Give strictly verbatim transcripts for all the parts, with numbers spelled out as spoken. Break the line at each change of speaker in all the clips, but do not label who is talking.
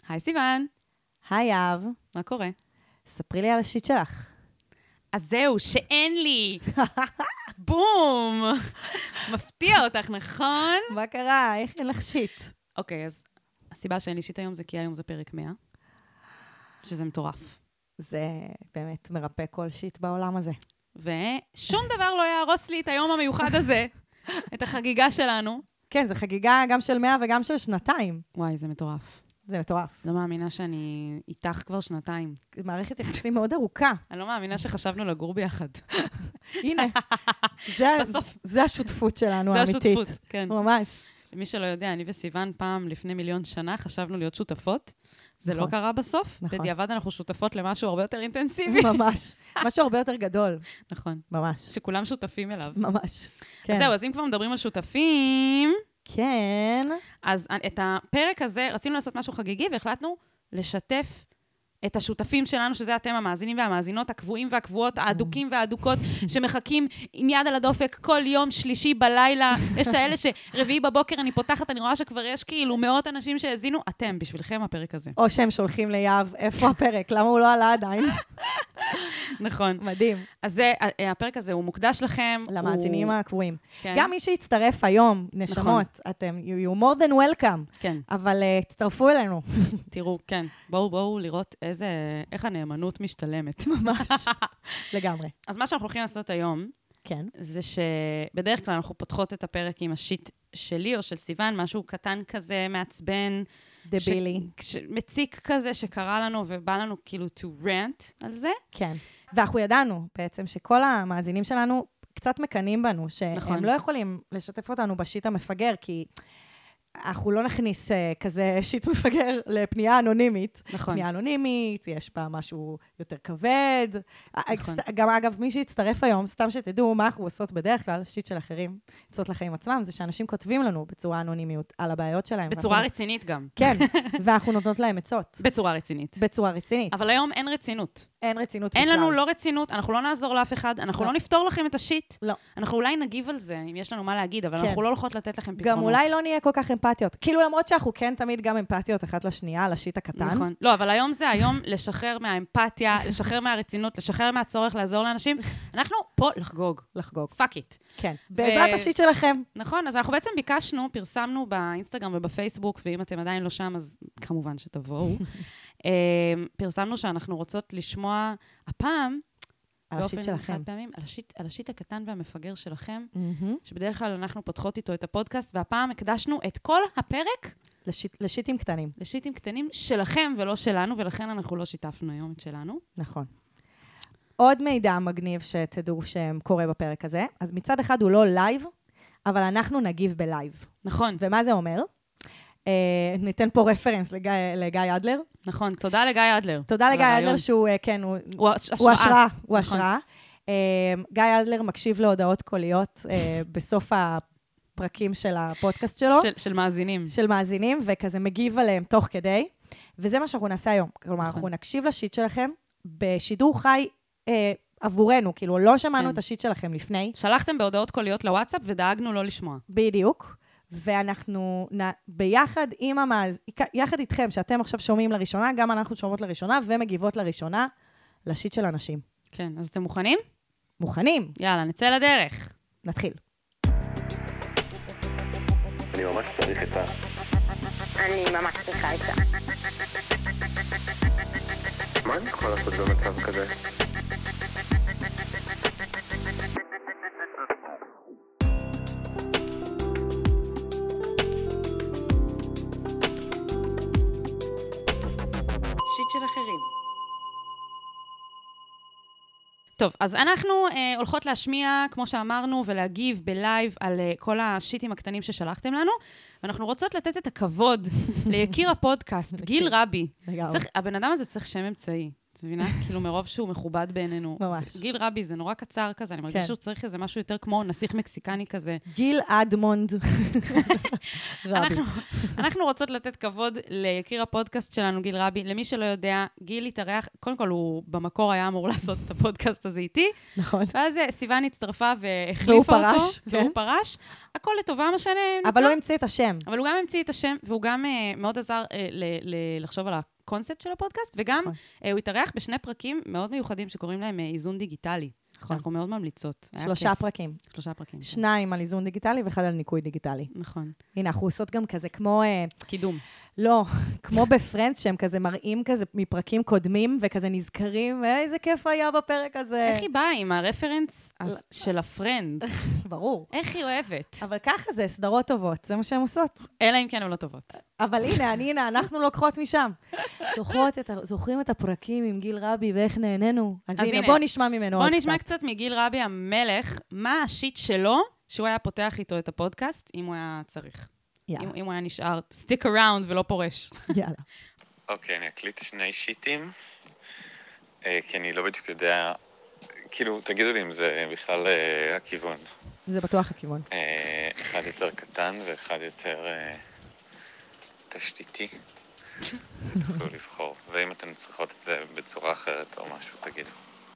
היי סיוון.
היי אב.
מה קורה?
ספרי לי על השיט שלך.
אז זהו, שאין לי. בום. מפתיע אותך, נכון?
מה קרה? איך אין לך שיט?
אוקיי, אז הסיבה שאין לי שיט היום זה כי היום זה פרק מאה. שזה מטורף.
זה באמת מרפא כל שיט בעולם הזה.
ושום דבר לא יהרוס לי את היום המיוחד הזה, את החגיגה שלנו.
כן, זו חגיגה גם של מאה וגם של שנתיים.
וואי, זה מטורף.
זה מטורף.
לא מאמינה שאני איתך כבר שנתיים.
מערכת יחסים מאוד ארוכה.
אני לא מאמינה שחשבנו לגור ביחד.
הנה, זה השותפות שלנו האמיתית.
זה השותפות, כן.
ממש.
למי שלא יודע, אני וסיוון פעם לפני מיליון שנה חשבנו להיות שותפות. זה לא קרה בסוף. בדיעבד אנחנו שותפות למשהו הרבה יותר אינטנסיבי.
ממש. משהו הרבה יותר גדול.
נכון.
ממש.
שכולם שותפים אליו.
ממש.
אז זהו, אז אם כבר מדברים על שותפים...
כן.
אז את הפרק הזה רצינו לעשות משהו חגיגי, והחלטנו לשתף את השותפים שלנו, שזה אתם המאזינים והמאזינות, הקבועים והקבועות, האדוקים והאדוקות, שמחכים עם יד על הדופק כל יום שלישי בלילה. יש את האלה שרביעי בבוקר אני פותחת, אני רואה שכבר יש כאילו מאות אנשים שהזינו. אתם, בשבילכם הפרק הזה.
או שהם שולחים ליאב, איפה הפרק? למה הוא לא עלה עדיין?
נכון.
מדהים.
אז זה, הפרק הזה הוא מוקדש לכם.
למאזינים הקבועים. גם מי שיצטרף היום, נשמות, אתם, you more than welcome.
כן.
אבל תצטרפו אלינו.
תראו, כן. בואו, בואו לראות איזה, איך הנאמנות משתלמת.
ממש. לגמרי.
אז מה שאנחנו הולכים לעשות היום,
כן.
זה שבדרך כלל אנחנו פותחות את הפרק עם השיט שלי או של סיוון, משהו קטן כזה, מעצבן.
דבילי.
ש... מציק כזה שקרה לנו ובא לנו כאילו to rant על זה.
כן. ואנחנו ידענו בעצם שכל המאזינים שלנו קצת מקנים בנו, שהם נכון. לא יכולים לשתף אותנו בשיט המפגר, כי אנחנו לא נכניס כזה שיט מפגר לפנייה אנונימית. נכון. פנייה אנונימית, יש בה משהו יותר כבד. נכון. גם אגב, מי שיצטרף היום, סתם שתדעו מה אנחנו עושות בדרך כלל, שיט של אחרים, עצות לחיים עצמם, זה שאנשים כותבים לנו בצורה אנונימיות על הבעיות שלהם.
בצורה
ואנחנו...
רצינית גם.
כן, ואנחנו נותנות להם עצות.
בצורה רצינית.
בצורה רצינית.
אבל היום אין רצינות.
אין רצינות
אין
בכלל.
לנו לא רצינות, אנחנו לא נעזור לאף אחד, אנחנו לא, לא נפתור לכם את השיט.
לא.
אנחנו אולי נגיב על זה, אם יש לנו מה להגיד, אבל כן. אנחנו לא הולכות לתת לכם פתרונות.
גם אולי לא נהיה כל כך אמפתיות. כאילו למרות שאנחנו כן תמיד גם אמפתיות אחת לשנייה, על השיט הקטן.
נכון. לא, אבל היום זה היום לשחרר מהאמפתיה, לשחרר מהרצינות, לשחרר מהצורך לעזור לאנשים. אנחנו פה לחגוג.
לחגוג.
Fuck it.
כן. בעזרת ו... השיט שלכם.
נכון, אז אנחנו בעצם ביקשנו, פרסמנו באינסטגרם ובפייסבוק, ואם אתם עדיין לא שם, אז כמובן שתבואו. פרסמנו שאנחנו רוצות לשמוע הפעם,
על השיט שלכם.
פעמים, על, השיט, על השיט הקטן והמפגר שלכם, mm-hmm. שבדרך כלל אנחנו פותחות איתו את הפודקאסט, והפעם הקדשנו את כל הפרק
לשיט, לשיטים קטנים.
לשיטים קטנים שלכם ולא שלנו, ולכן אנחנו לא שיתפנו היום את שלנו.
נכון. עוד מידע מגניב שתדעו שקורה בפרק הזה, אז מצד אחד הוא לא לייב, אבל אנחנו נגיב בלייב.
נכון.
ומה זה אומר? Uh, ניתן פה רפרנס לגיא, לגיא אדלר.
נכון, תודה לגיא אדלר.
תודה לגיא אדלר שהוא, כן, הוא, הוא השראה. הוא השראה, הוא השראה. Uh, גיא אדלר מקשיב להודעות קוליות uh, בסוף הפרקים של הפודקאסט שלו.
של, של מאזינים.
של מאזינים, וכזה מגיב עליהם תוך כדי. וזה מה שאנחנו נעשה היום. כלומר, אנחנו נקשיב לשיט שלכם בשידור חי uh, עבורנו. כאילו, לא שמענו את השיט שלכם לפני.
שלחתם בהודעות קוליות לוואטסאפ ודאגנו לא לשמוע.
בדיוק. ואנחנו ביחד עם המאז... יחד איתכם, שאתם עכשיו שומעים לראשונה, גם אנחנו שומעות לראשונה ומגיבות לראשונה לשיט של אנשים.
כן, אז אתם מוכנים?
מוכנים.
יאללה, נצא לדרך.
נתחיל.
אני ממש צריך את ה...
אני ממש צריכה את ה...
מה אני יכול לעשות במצב כזה?
שיט של אחרים. טוב, אז אנחנו אה, הולכות להשמיע, כמו שאמרנו, ולהגיב בלייב על אה, כל השיטים הקטנים ששלחתם לנו, ואנחנו רוצות לתת את הכבוד ליקיר הפודקאסט, גיל רבי. צריך, הבן אדם הזה צריך שם אמצעי. את מבינה? כאילו מרוב שהוא מכובד בעינינו.
ממש.
גיל רבי זה נורא קצר כזה, אני מרגיש שהוא צריך איזה משהו יותר כמו נסיך מקסיקני כזה.
גיל אדמונד רבי.
אנחנו רוצות לתת כבוד ליקיר הפודקאסט שלנו, גיל רבי. למי שלא יודע, גיל התארח, קודם כל הוא במקור היה אמור לעשות את הפודקאסט הזה איתי.
נכון.
ואז סיוון הצטרפה והחליפה אותו.
והוא פרש.
והוא פרש. הכל לטובה מה שאני...
אבל הוא המציא את השם.
אבל הוא גם המציא את השם, והוא גם מאוד עזר לחשוב על הקונספט של הפודקאסט, וגם הוא התארח בשני פרקים מאוד מיוחדים שקוראים להם איזון דיגיטלי. אנחנו מאוד ממליצות.
שלושה פרקים.
שלושה פרקים.
שניים על איזון דיגיטלי ואחד על ניקוי דיגיטלי.
נכון.
הנה, אנחנו עושות גם כזה כמו...
קידום.
לא, כמו בפרנדס, שהם כזה מראים כזה מפרקים קודמים, וכזה נזכרים, איזה כיף היה בפרק הזה.
איך היא באה עם הרפרנס של הפרנדס?
ברור.
איך היא אוהבת.
אבל ככה זה, סדרות טובות, זה מה שהן עושות.
אלא אם כן הן לא טובות.
אבל הנה, אני, הנה, אנחנו לוקחות משם. זוכרים את הפרקים עם גיל רבי ואיך נהנינו? אז הנה, בוא נשמע ממנו עוד קצת.
בוא נשמע קצת מגיל רבי המלך, מה השיט שלו, שהוא היה פותח איתו את הפודקאסט, אם הוא היה צריך. אם, אם הוא היה נשאר, stick around ולא פורש.
יאללה.
אוקיי, אני אקליט שני שיטים, כי אני לא בדיוק יודע, כאילו, תגידו לי אם זה בכלל הכיוון.
זה בטוח הכיוון.
אחד יותר קטן ואחד יותר תשתיתי. תוכלו לבחור, ואם אתן צריכות את זה בצורה אחרת או משהו, תגידו.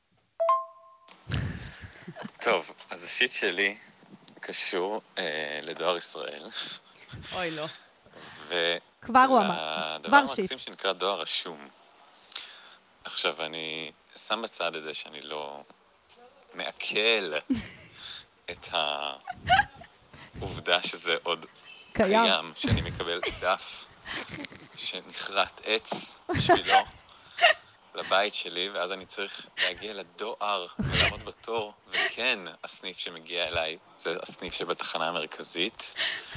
טוב, אז השיט שלי קשור לדואר ישראל.
אוי, לא.
כבר הוא אמר, כבר שיט.
הדבר המקסים שנקרא דואר רשום. עכשיו, אני שם בצד את זה שאני לא מעכל את העובדה שזה עוד
קיים,
קיים שאני מקבל דף שנחרט עץ בשבילו לבית שלי, ואז אני צריך להגיע לדואר ולעמוד בתור, וכן, הסניף שמגיע אליי זה הסניף שבתחנה המרכזית.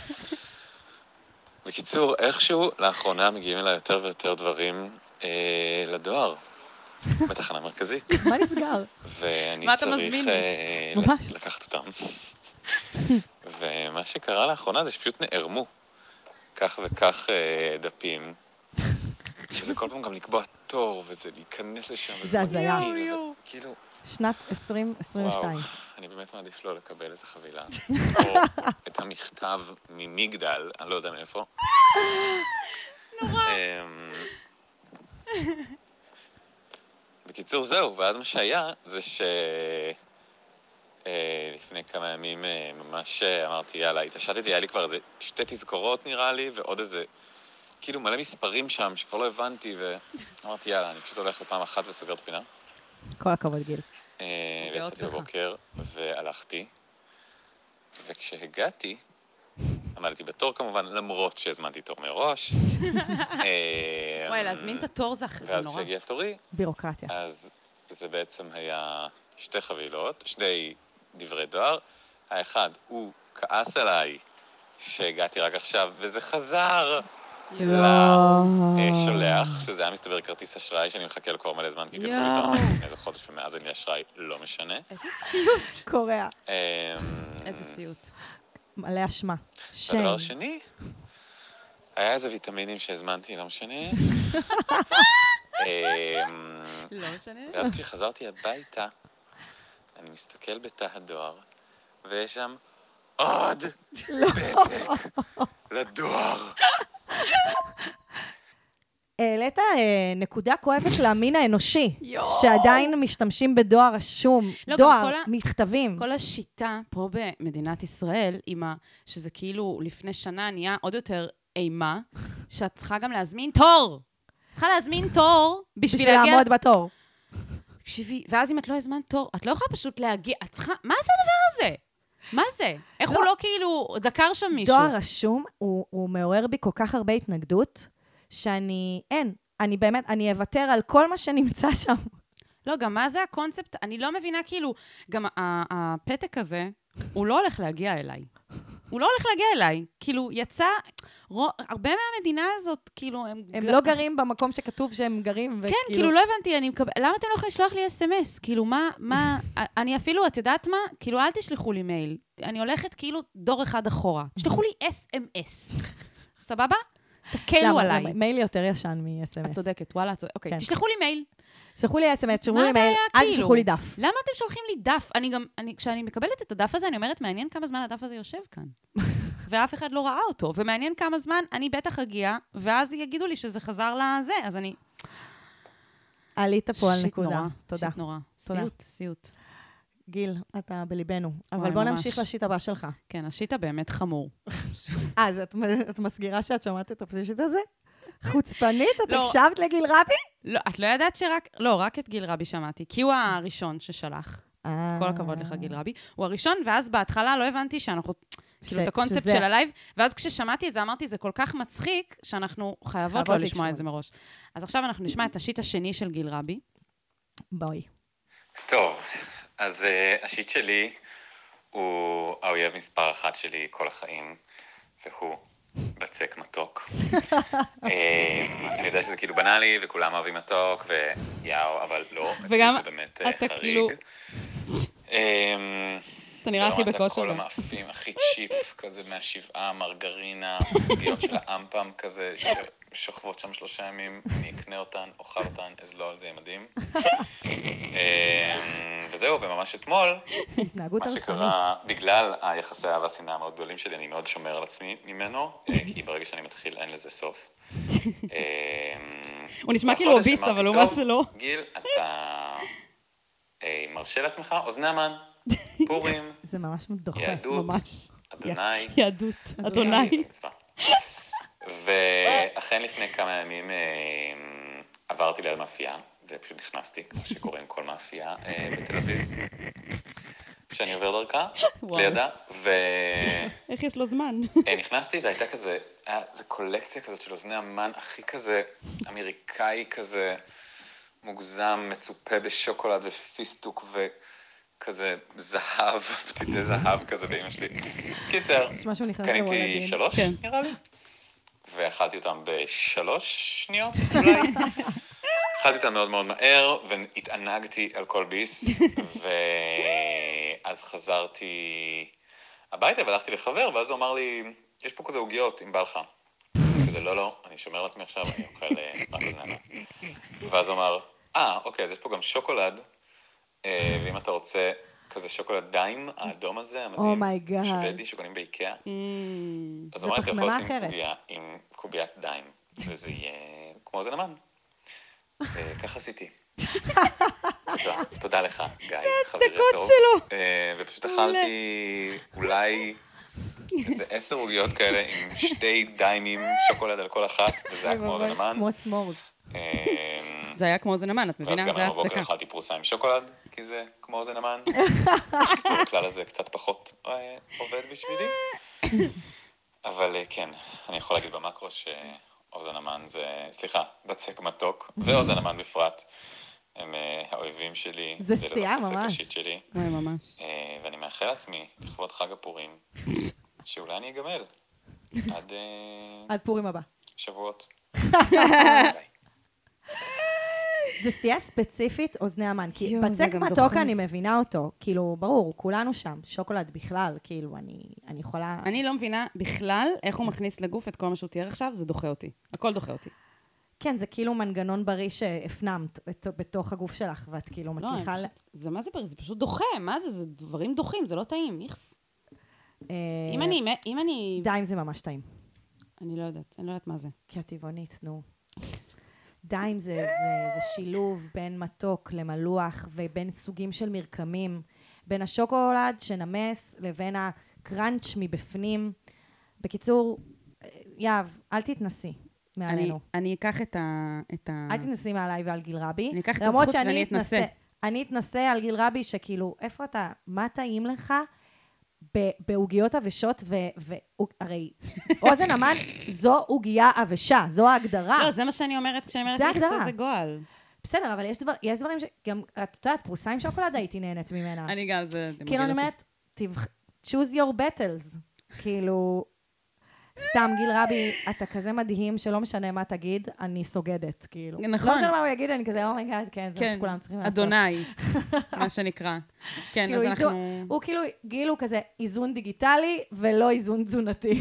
בקיצור, איכשהו לאחרונה מגיעים אליי יותר ויותר דברים אה, לדואר בתחנה המרכזית.
מה נסגר?
ואני
מה אתה
צריך
מזמין?
אה,
ממש.
לקחת אותם. ומה שקרה לאחרונה זה שפשוט נערמו כך וכך אה, דפים, שזה כל פעם גם לקבוע תור, וזה להיכנס לשם.
זה הזיה.
כאילו...
שנת עשרים עשרים ושתיים.
וואו, אני באמת מעדיף לא לקבל את החבילה. או את המכתב ממגדל, אני לא יודע מאיפה.
נורא.
בקיצור, זהו, ואז מה שהיה זה ש... לפני כמה ימים ממש אמרתי, יאללה, התעשתתי, היה לי כבר איזה שתי תזכורות נראה לי, ועוד איזה, כאילו מלא מספרים שם שכבר לא הבנתי, ואמרתי, יאללה, אני פשוט הולך לפעם אחת וסוגר את הפינה.
כל הכבוד, גיל.
ויצאתי בבוקר והלכתי, וכשהגעתי, עמדתי בתור כמובן, למרות שהזמנתי תור מראש.
וואי, להזמין את התור זה נורא.
ואז כשהגיע תורי,
בירוקרטיה.
אז זה בעצם היה שתי חבילות, שני דברי דואר. האחד, הוא כעס עליי שהגעתי רק עכשיו, וזה חזר לשולח, שזה היה מסתבר כרטיס אשראי שאני מחכה לו כבר מלא זמן, כי כתבו איתו איזה חודש ומאז אין לי אשראי, לא משנה.
איזה סיוט.
קורע.
איזה סיוט.
מלא אשמה.
והדבר שני, היה איזה ויטמינים שהזמנתי, לא משנה.
לא משנה.
ואז כשחזרתי הביתה, אני מסתכל בתא הדואר, ויש שם עוד פתק לדואר.
העלית נקודה כואבת למין האנושי, שעדיין משתמשים בדואר רשום, דואר, מכתבים.
כל השיטה פה במדינת ישראל, שזה כאילו לפני שנה נהיה עוד יותר אימה, שאת צריכה גם להזמין תור. צריכה להזמין תור בשביל להגיע...
בשביל לעמוד בתור.
תקשיבי, ואז אם את לא הזמנת תור, את לא יכולה פשוט להגיע, את צריכה... מה זה הדבר הזה? מה זה? איך הוא לא כאילו דקר שם מישהו?
דואר רשום, הוא מעורר בי כל כך הרבה התנגדות, שאני, אין, אני באמת, אני אוותר על כל מה שנמצא שם.
לא, גם מה זה הקונספט? אני לא מבינה, כאילו, גם הפתק הזה, הוא לא הולך להגיע אליי. הוא לא הולך להגיע אליי. כאילו, יצא, הרבה מהמדינה הזאת, כאילו, הם...
הם לא גרים במקום שכתוב שהם גרים,
כן, כאילו, לא הבנתי, אני מקבל... למה אתם לא יכולים לשלוח לי אס אם אס? כאילו, מה, מה... אני אפילו, את יודעת מה? כאילו, אל תשלחו לי מייל. אני הולכת, כאילו, דור אחד אחורה. תשלחו לי אס אם אס. סבבה? תקלו עליי.
מייל יותר ישן מ-אס אם אס.
את צודקת, וואלה, אוקיי. תשלחו לי מייל.
שלחו לי אס אם אס, תשלחו לי
מה
מייל,
הבעיה,
אל
כאילו?
תשלחו לי דף.
למה אתם שולחים לי דף? אני גם, אני, כשאני מקבלת את הדף הזה, אני אומרת, מעניין כמה זמן הדף הזה יושב כאן. ואף אחד לא ראה אותו, ומעניין כמה זמן, אני בטח אגיע, ואז יגידו לי שזה חזר לזה, אז אני...
עלית פה על
שיט
נקודה.
נורא,
תודה.
שיט נורא.
תודה.
סיוט, סיוט.
גיל, אתה בליבנו. אבל
וואי,
בוא
ממש.
נמשיך לשיט הבא שלך.
כן, השיטה באמת חמור.
אה, אז את, את מסגירה שאת שומעת את הפשיט הזה? חוצפנית? את
לא.
הקשבת לגיל רבי?
לא, את לא ידעת שרק... לא, רק את גיל רבי שמעתי, כי הוא הראשון ששלח. כל הכבוד לך, גיל רבי. הוא הראשון, ואז בהתחלה לא הבנתי שאנחנו... כאילו, את הקונספט
שזה-
של הלייב, ואז כששמעתי את זה, אמרתי, זה כל כך מצחיק, שאנחנו חייבות
חייבות
לא
לשמוע.
לשמוע את זה מראש. אז עכשיו אנחנו נשמע את השיט השני של גיל רבי.
בואי.
טוב, אז uh, השיט שלי הוא האויב מספר אחת שלי כל החיים, והוא בצק מתוק. um, אני יודע שזה כאילו בנאלי, וכולם אוהבים מתוק, ויאו, אבל לא,
וגם
זה באמת uh,
אתה
חריג.
כאילו-
Um,
אתה נראה הכי בכושר.
כל המאפים הכי צ'יפ, כזה מהשבעה, מרגרינה, פגיעות של האמפם כזה, ששוכבות שם שלושה ימים, אני אקנה אותן, אוכל אותן, אזלול על זה, יהיה מדהים. וזהו, וממש אתמול,
התנהגות
מה
הרסנית.
שקרה, בגלל היחסי האהבה והשנאה המאוד גדולים שלי, אני מאוד שומר על עצמי ממנו, כי ברגע שאני מתחיל אין לזה סוף.
הוא נשמע כאילו
בחודש
אוביסט,
אמרתי,
אבל הוא
"טוב,
מה זה לא."
גיל, אתה אה, מרשה לעצמך, אוזני המן, פורים,
זה ממש דוחה.
יהדות,
ממש.
אדוני.
יהדות, אדוני.
זה מצווה. ואכן לפני כמה ימים אה, עברתי ליד מאפייה, ופשוט נכנסתי, כמו שקורה עם כל מאפייה אה, בתל אביב, כשאני עובר דרכה,
וואו.
לידה,
איך יש לו זמן?
ונכנסתי והייתה כזה, היה איזו קולקציה כזאת של אוזני המן, הכי כזה אמריקאי כזה, מוגזם, מצופה בשוקולד ופיסטוק וכזה זהב, פתיתי זהב כזה באמא שלי. קיצר,
יש משהו נכנס
קניתי
לוולדין.
שלוש,
כן.
נראה לי, ואכלתי אותם בשלוש שניות, אולי. אכלתי אותם מאוד מאוד מהר, והתענגתי על כל ביס, ואז חזרתי הביתה והלכתי לחבר, ואז הוא אמר לי, יש פה כזה עוגיות, אם בא לך. כזה, לא, לא, אני שומר לעצמי עכשיו, אני אוכל אה, רק בננה. ואז הוא אמר, אה, אוקיי, אז יש פה גם שוקולד, אה, ואם אתה רוצה כזה שוקולד דיים, האדום הזה, המדהים,
אומייגאד.
שוודי שקונים באיקאה,
Mm.
אז
זה
הוא אמר, אתה יכול
פחמימה
לשים
אחרת.
קובייה עם קוביית דיים, וזה יהיה כמו זה נמן. וכך עשיתי. תודה, תודה לך, גיא, חברי הטוב.
שלו.
אה, ופשוט אכלתי אולי איזה עשר עוגיות כאלה עם שתי דיימים שוקולד על כל אחת, וזה היה כמו זה נמן.
כמו סמורז.
אה,
זה היה כמו זה נמן, את
ואז
מבינה?
גם
זה
היום בבוקר
הצדקה.
אכלתי פרוסה עם שוקולד, כי זה כמו זה נמן. בקיצור, הכלל הזה קצת פחות אה, עובד בשבילי. אבל אה, כן, אני יכול להגיד במקרו שאוזן המן זה, סליחה, בצק מתוק, ואוזן המן בפרט, הם אה, האויבים שלי.
זה
ללא
סטייה
ספק
ממש.
השיט שלי.
וואי, ממש.
אה, ואני מאחל לעצמי, לכבוד חג הפורים, שאולי אני אגמל עד אה,
עד פורים הבא.
שבועות. ביי.
זה סטייה ספציפית אוזני המן, כי
יואו, זה
בצק
גם
מתוק
דוחה.
אני מבינה אותו, כאילו, ברור, כולנו שם, שוקולד בכלל, כאילו, אני, אני יכולה...
אני לא מבינה בכלל איך הוא מכניס לגוף את כל מה שהוא תיאר עכשיו, זה דוחה אותי. הכל דוחה אותי.
כן, זה כאילו מנגנון בריא שהפנמת את- בתוך הגוף שלך, ואת כאילו
לא,
מצליחה...
אני
ל-
פשוט- זה מה זה בריא? זה פשוט דוחה. מה זה? זה דברים דוחים, זה לא טעים. איכס.
אה,
אם אני... אם אני...
דיים זה ממש טעים.
אני לא יודעת, אני לא יודעת מה זה.
כי את טבעונית, נו. דיים זה, זה, זה שילוב בין מתוק למלוח ובין סוגים של מרקמים, בין השוקולד שנמס לבין הקראנץ' מבפנים. בקיצור, יאב, אל תתנסי
אני,
מעלינו.
אני אקח את ה... את ה...
אל תתנסי מעליי ועל גיל רבי.
אני אקח את
למרות
הזכות
שאני
ואני אתנסה.
אני אתנסה על גיל רבי שכאילו, איפה אתה, מה טעים לך ב- בעוגיות עבשות, והרי אוזן המן זו עוגייה עבשה, זו ההגדרה.
לא, זה מה שאני אומרת, כשאני אומרת
זה
איכס
הגדרה.
זה גועל.
בסדר, אבל יש, דבר, יש דברים שגם, את יודעת, פרוסה עם שוקולד הייתי נהנית ממנה.
אני גם, זה...
כאילו, אני אומרת, תבח- choose your battles. כאילו, סתם, גיל רבי, אתה כזה מדהים שלא משנה מה תגיד, אני סוגדת, כאילו.
נכון.
לא משנה מה הוא יגיד, אני כזה, אומייגאד, כן, זה מה
כן,
שכולם צריכים לעשות.
אדוני, מה שנקרא. כן,
כאילו,
אז
איזון-
אנחנו...
הוא כאילו, גיל הוא כזה איזון דיגיטלי ולא איזון תזונתי.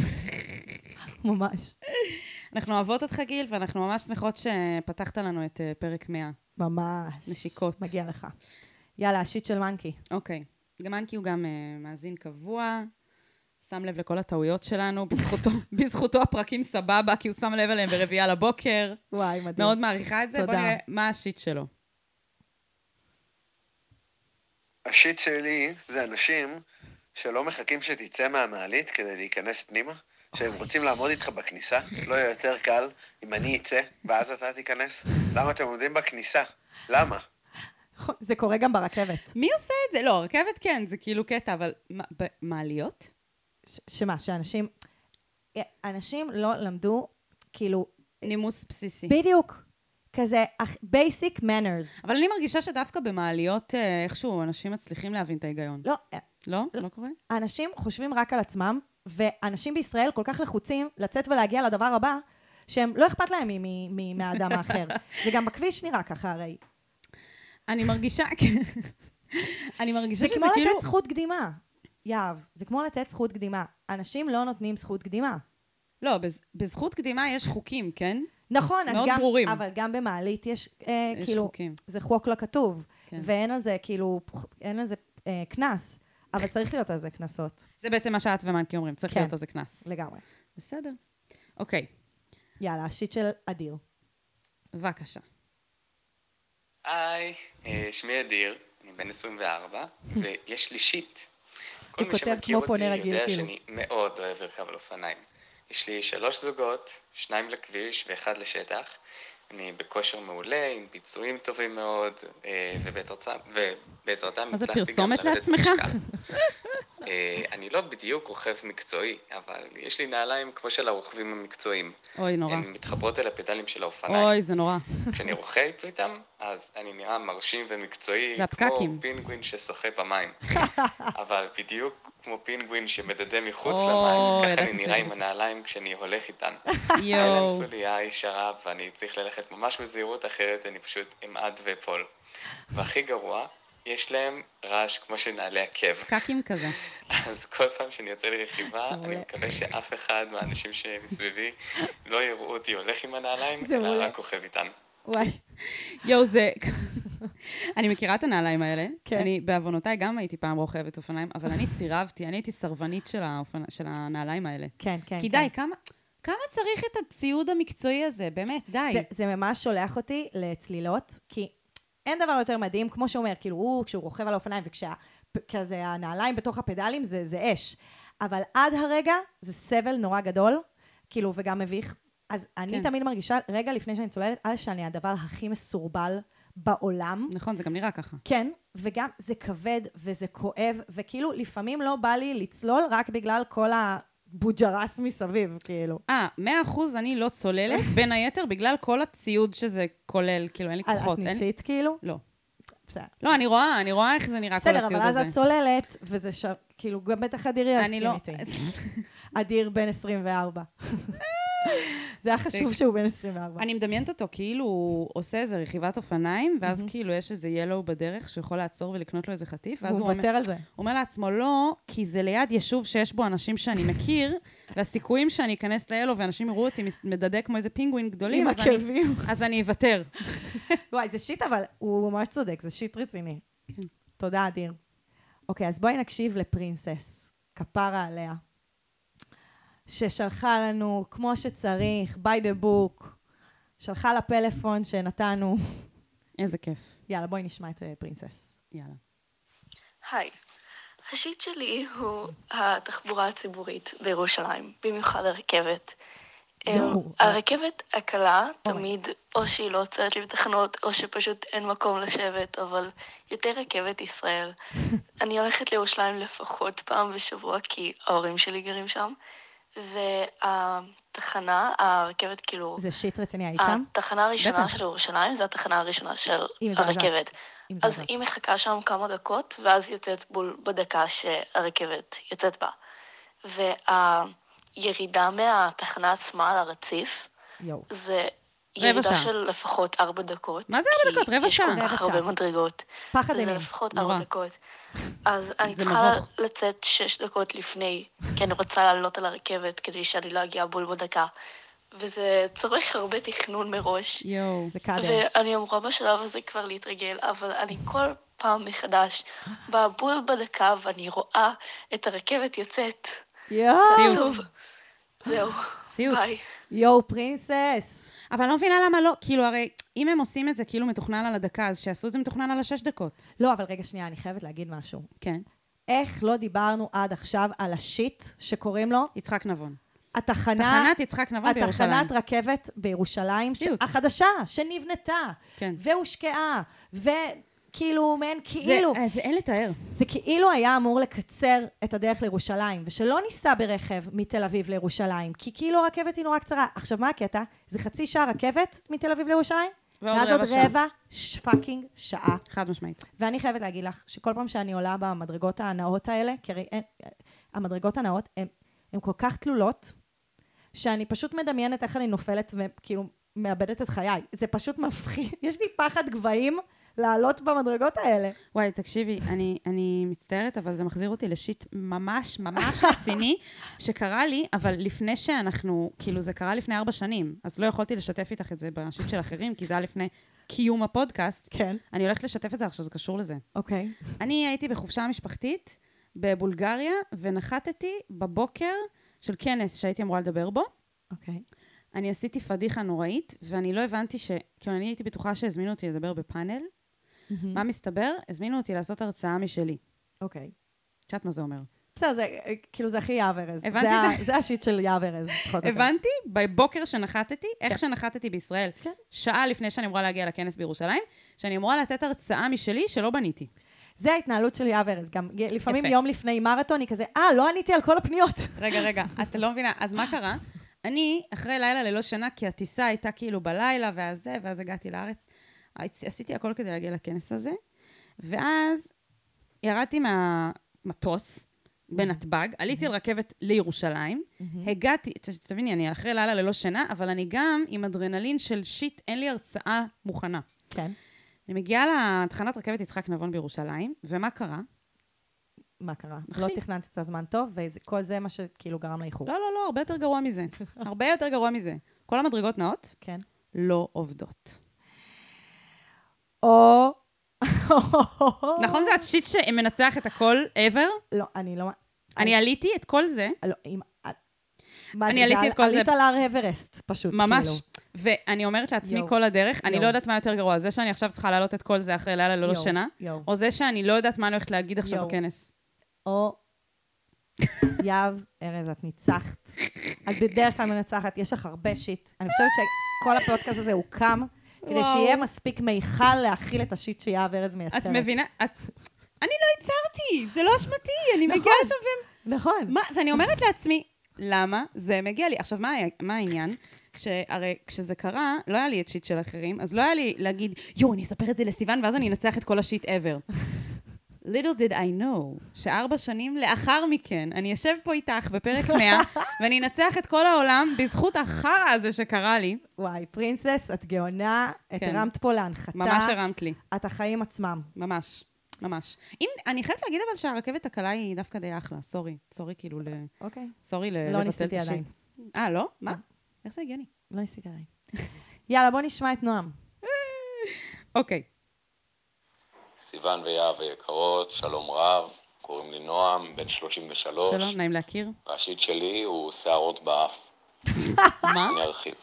ממש.
אנחנו אוהבות אותך, גיל, ואנחנו ממש שמחות שפתחת לנו את אה, פרק מאה.
ממש.
נשיקות.
מגיע לך. יאללה, השיט של מנקי.
אוקיי. גם מנקי הוא גם uh, מאזין קבוע, שם לב לכל הטעויות שלנו, בזכותו, בזכותו הפרקים סבבה, כי הוא שם לב אליהם ברביעה לבוקר.
וואי, מדהים.
מאוד מעריכה את זה.
תודה.
בוא נראה מה השיט שלו.
השיט שלי זה אנשים שלא מחכים שתצא מהמעלית כדי להיכנס פנימה, שהם רוצים לעמוד איתך בכניסה, לא יהיה יותר קל אם אני אצא ואז אתה תיכנס. למה אתם עומדים בכניסה? למה?
זה קורה גם ברכבת.
מי עושה את זה? לא, רכבת כן, זה כאילו קטע, אבל מעליות?
ש- שמה, שאנשים... אנשים לא למדו, כאילו...
נימוס בסיסי.
בדיוק. כזה, basic manners.
אבל אני מרגישה שדווקא במעליות, איכשהו, אנשים מצליחים להבין את ההיגיון.
לא.
לא? לא קורה?
האנשים חושבים רק על עצמם, ואנשים בישראל כל כך לחוצים לצאת ולהגיע לדבר הבא, שהם לא אכפת להם מ- מ- מהאדם האחר. וגם בכביש נראה ככה הרי.
אני מרגישה... אני מרגישה שזה
כאילו... זה כמו
כאילו...
לתת זכות קדימה. יאב, זה כמו לתת זכות קדימה. אנשים לא נותנים זכות קדימה.
לא, בז... בזכות קדימה יש חוקים, כן?
נכון, אז
מאוד
גם...
ברורים.
אבל גם במעלית יש, אה,
יש
כאילו...
חוקים.
זה חוק לא כתוב.
כן.
ואין על זה, כאילו... אין על זה אה, כנס. אבל צריך להיות על זה כנסות.
זה בעצם מה שאת ומנקי אומרים, צריך
כן.
להיות על זה כנס.
לגמרי.
בסדר. אוקיי,
יאללה, השיט של אדיר.
בבקשה.
היי, אה, שמי אדיר, אני בן עשרים וארבע, ויש לי שיט. כל
הוא
מי
כותב
שמכיר
כמו פונה
אותי
רגיל,
יודע
כאילו.
שאני מאוד אוהב לרכב על אופניים. יש לי שלוש זוגות, שניים לכביש ואחד לשטח. אני בכושר מעולה, עם ביצועים טובים מאוד, אה, ובעזרתם, ובעזרתם
מה זה,
הצלחתי גם
פרסומת
לרדת
לעצמך?
במשקל. אה, אני לא בדיוק רוכב מקצועי, אבל יש לי נעליים כמו של הרוכבים המקצועיים.
אוי, נורא.
הן מתחברות אל הפדלים של האופניים.
אוי, זה נורא.
כשאני רוכב איתם, אז אני נראה מרשים ומקצועי,
זה הפקקים.
כמו פינגווין ששוחה במים. אבל בדיוק כמו פינגווין שמדדה מחוץ
אוי,
למים, ככה
ידעתי
אני נראה
שזה.
עם הנעליים כשאני הולך איתן.
יואו.
היה להם סוליה ישרה, ואני צריך ללכת ממש בזהירות, אחרת אני פשוט אמעד ואפול. והכי גרוע, יש להם רעש כמו של נעלי עקב.
פקקים כזה.
אז כל פעם שאני יוצא לרכיבה,
זה
אני
מעולה.
מקווה שאף אחד מהאנשים שמסביבי לא יראו אותי הולך עם הנעליים,
זה
אלא
מעולה.
רק רוכב איתן.
וואי.
יואו, זה... אני מכירה את הנעליים האלה.
כן.
אני, בעוונותיי, גם הייתי פעם רוכבת אופניים, אבל אני סירבתי, אני הייתי סרבנית של, האופנ... של הנעליים האלה.
כן, כן.
כי
כן.
די, כמה... כמה צריך את הציוד המקצועי הזה? באמת, די.
זה, זה ממש שולח אותי לצלילות, כי אין דבר יותר מדהים, כמו שהוא אומר, כאילו הוא, כשהוא רוכב על האופניים, וכשכזה הנעליים בתוך הפדלים, זה, זה אש. אבל עד הרגע, זה סבל נורא גדול, כאילו, וגם מביך. אז אני
כן.
תמיד מרגישה, רגע לפני שאני צוללת, על שאני הדבר הכי מסורבל בעולם.
נכון, זה גם נראה ככה.
כן, וגם זה כבד, וזה כואב, וכאילו, לפעמים לא בא לי לצלול, רק בגלל כל הבוג'רס מסביב, כאילו.
אה, מאה אחוז אני לא צוללת, בין היתר, בגלל כל הציוד שזה כולל, כאילו, אין לי
את
כוחות. אין...
ניסית, כאילו?
לא.
בסדר.
לא, אני רואה, אני רואה איך זה נראה כל
בסדר,
הציוד
אבל
הזה.
אז את צוללת, וזה ש... כאילו, גם בטח אדיר
אני
יסכים
לא...
איתי. אדיר בן עשרים וארבע. זה היה חשוב שהוא בן עשרים וארבע.
אני מדמיינת אותו כאילו הוא עושה איזה רכיבת אופניים, ואז כאילו יש איזה ילו בדרך שיכול לעצור ולקנות לו איזה חטיף, ואז
הוא
הוא
מוותר
אומר,
על זה.
הוא אומר לעצמו, לא, כי זה ליד יישוב שיש בו אנשים שאני מכיר, והסיכויים שאני אכנס לאלו ואנשים יראו אותי מדדה כמו איזה פינגווין גדולים,
עם
אז אני,
עקבים.
אז אני אוותר.
וואי, זה שיט, אבל הוא ממש צודק, זה שיט רציני. תודה, אדיר. אוקיי, אז בואי נקשיב לפרינסס, כפרה עליה, ששלחה לנו כמו שצריך, by the book, שלחה לפלאפון שנתנו.
איזה כיף.
יאללה, בואי נשמע את אה, פרינסס.
יאללה.
היי, השיט שלי הוא התחבורה הציבורית בירושלים, במיוחד הרכבת.
יואו.
הרכבת הקלה תמיד או שהיא לא עוצרת לי בתחנות, או שפשוט אין מקום לשבת, אבל יותר רכבת ישראל. אני הולכת לירושלים לפחות פעם בשבוע, כי ההורים שלי גרים שם, והתחנה, הרכבת כאילו...
זה שיט רציני, היית שם?
התחנה הראשונה
בטח.
של ירושלים, זו התחנה הראשונה של
היא מזעזעת.
הרכבת.
היא
אז
מזעזעת.
היא מחכה שם כמה דקות, ואז יוצאת בול בדקה שהרכבת יוצאת בה. והירידה מהתחנה עצמה לרציף,
יואו.
זה
רבע
ירידה
שעה.
של לפחות ארבע דקות.
מה זה ארבע דקות? רבע שעה.
כי יש כל
רבע
כך
שעה.
הרבה מדרגות.
פחד
זה
אימים.
לפחות
נורא.
ארבע דקות. אז אני
זה
צריכה
מבוך.
לצאת שש דקות לפני, כי אני רוצה לעלות על הרכבת כדי שאני לא אגיע בול בדקה. וזה צורך הרבה תכנון מראש.
יואו.
ואני אמורה בשלב הזה כבר להתרגל, אבל אני כל פעם מחדש באה בול בדקה ואני רואה את הרכבת יוצאת.
יואו.
סיוט. זהו.
סיוט.
ביי.
יואו, פרינסס.
אבל אני לא מבינה למה לא, כאילו הרי אם הם עושים את זה כאילו מתוכנן על הדקה, אז שיעשו את זה מתוכנן על השש דקות.
לא, אבל רגע שנייה, אני חייבת להגיד משהו.
כן.
איך לא דיברנו עד עכשיו על השיט שקוראים לו?
יצחק נבון.
התחנה...
תחנת יצחק נבון בירושלים.
התחנת רכבת בירושלים, ש... החדשה, שנבנתה,
כן.
והושקעה, וכאילו, מעין כאילו...
זה, זה אין לתאר.
זה כאילו היה אמור לקצר את הדרך לירושלים, ושלא ניסע ברכב מתל אביב לירושלים, כי כאילו הרכבת היא נורא קצרה. עכשיו, מה הקטע? זה חצי שעה רכבת מתל אביב לירושלים, ואז עוד רבע פאקינג שעה.
חד משמעית.
ואני חייבת להגיד לך, שכל פעם שאני עולה במדרגות הנאות האלה, כי הרי המדרגות הנאות הן כל כך תלולות, שאני פשוט מדמיינת איך אני נופלת וכאילו מאבדת את חיי. זה פשוט מפחיד. יש לי פחד גבהים לעלות במדרגות האלה.
וואי, תקשיבי, אני, אני מצטערת, אבל זה מחזיר אותי לשיט ממש, ממש רציני, שקרה לי, אבל לפני שאנחנו, כאילו זה קרה לפני ארבע שנים, אז לא יכולתי לשתף איתך את זה בשיט של אחרים, כי זה היה לפני קיום הפודקאסט. כן. אני הולכת לשתף את זה עכשיו, זה קשור לזה.
אוקיי.
אני הייתי בחופשה משפחתית בבולגריה, ונחתתי בבוקר של כנס שהייתי אמורה לדבר בו.
אוקיי.
אני עשיתי פדיחה נוראית, ואני לא הבנתי ש... כאילו, אני הייתי בטוחה שהזמינו אותי לדבר בפאנל. מה מסתבר? הזמינו אותי לעשות הרצאה משלי.
אוקיי.
שאת מה זה אומר?
בסדר, זה, כאילו זה הכי יעב ארז.
הבנתי
זה, זה השיט של יעב ארז.
הבנתי, בבוקר שנחתתי, איך שנחתתי בישראל, שעה לפני שאני אמורה להגיע לכנס בירושלים, שאני אמורה לתת הרצאה משלי שלא בניתי.
זה ההתנהלות של יעב ארז. גם לפעמים יום לפני מרתון היא כזה, אה, לא עניתי על כל הפניות.
רגע, רגע, את לא מבינה. אז מה קרה? אני, אחרי לילה ללא שינה, כי הטיסה הייתה כאילו בלילה, ואז זה, ואז הגעתי לארץ. עשיתי הכל כדי להגיע לכנס הזה, ואז ירדתי מהמטוס בנתב"ג, עליתי על רכבת לירושלים, הגעתי, תביני, אני אחרי לילה ללא שינה, אבל אני גם עם אדרנלין של שיט, אין לי הרצאה מוכנה.
כן.
אני מגיעה לתחנת רכבת יצחק נבון בירושלים, ומה קרה?
מה קרה? לא תכננת את הזמן טוב, וכל זה מה שכאילו גרם לאיחור.
לא, לא, לא, הרבה יותר גרוע מזה. הרבה יותר גרוע מזה. כל המדרגות נאות,
כן.
לא עובדות.
או...
נכון, זה השיט שמנצח את הכל ever?
לא, אני לא...
אני עליתי את כל זה.
לא, אם... אני עליתי את כל זה. עלית על הר אברסט, פשוט.
ממש. ואני אומרת לעצמי כל הדרך, אני לא יודעת מה יותר גרוע, זה שאני עכשיו צריכה לעלות את כל זה אחרי לילה ללא שינה, או זה שאני לא יודעת מה אני הולכת להגיד עכשיו בכנס.
או... יאב, ארז, את ניצחת. את בדרך כלל מנצחת, יש לך הרבה שיט. אני חושבת שכל הפודקאסט הזה הוא קם, כדי שיהיה מספיק מיכל להכיל את השיט שיאב ארז מייצרת.
את מבינה? אני לא ייצרתי, זה לא אשמתי, אני מגיעה לשם והם...
נכון.
ואני אומרת לעצמי, למה זה מגיע לי? עכשיו, מה העניין? שהרי כשזה קרה, לא היה לי את שיט של אחרים, אז לא היה לי להגיד, יו, אני אספר את זה לסיוון, ואז אני אנצח את כל השיט ever. Little did I know, שארבע שנים לאחר מכן, אני אשב פה איתך בפרק מאה, ואני אנצח את כל העולם בזכות החרא הזה שקרה לי.
וואי, פרינסס, את גאונה, את הרמת פה להנחתה.
ממש הרמת לי.
את החיים עצמם.
ממש, ממש. אם, אני חייבת להגיד אבל שהרכבת הקלה היא דווקא די אחלה, סורי, סורי כאילו ל...
אוקיי.
סורי לבטל את השיט.
לא ניסיתי עדיין.
אה, לא? מה? איך זה הגיוני?
לא ניסיתי עדיין. יאללה, בוא נשמע את נועם.
אוקיי.
סיוון ויהב היקרות, שלום רב, קוראים לי נועם, בן שלושים ושלוש.
שלום, נעים להכיר.
והשיט שלי הוא שערות באף.
מה?
אני ארחיב.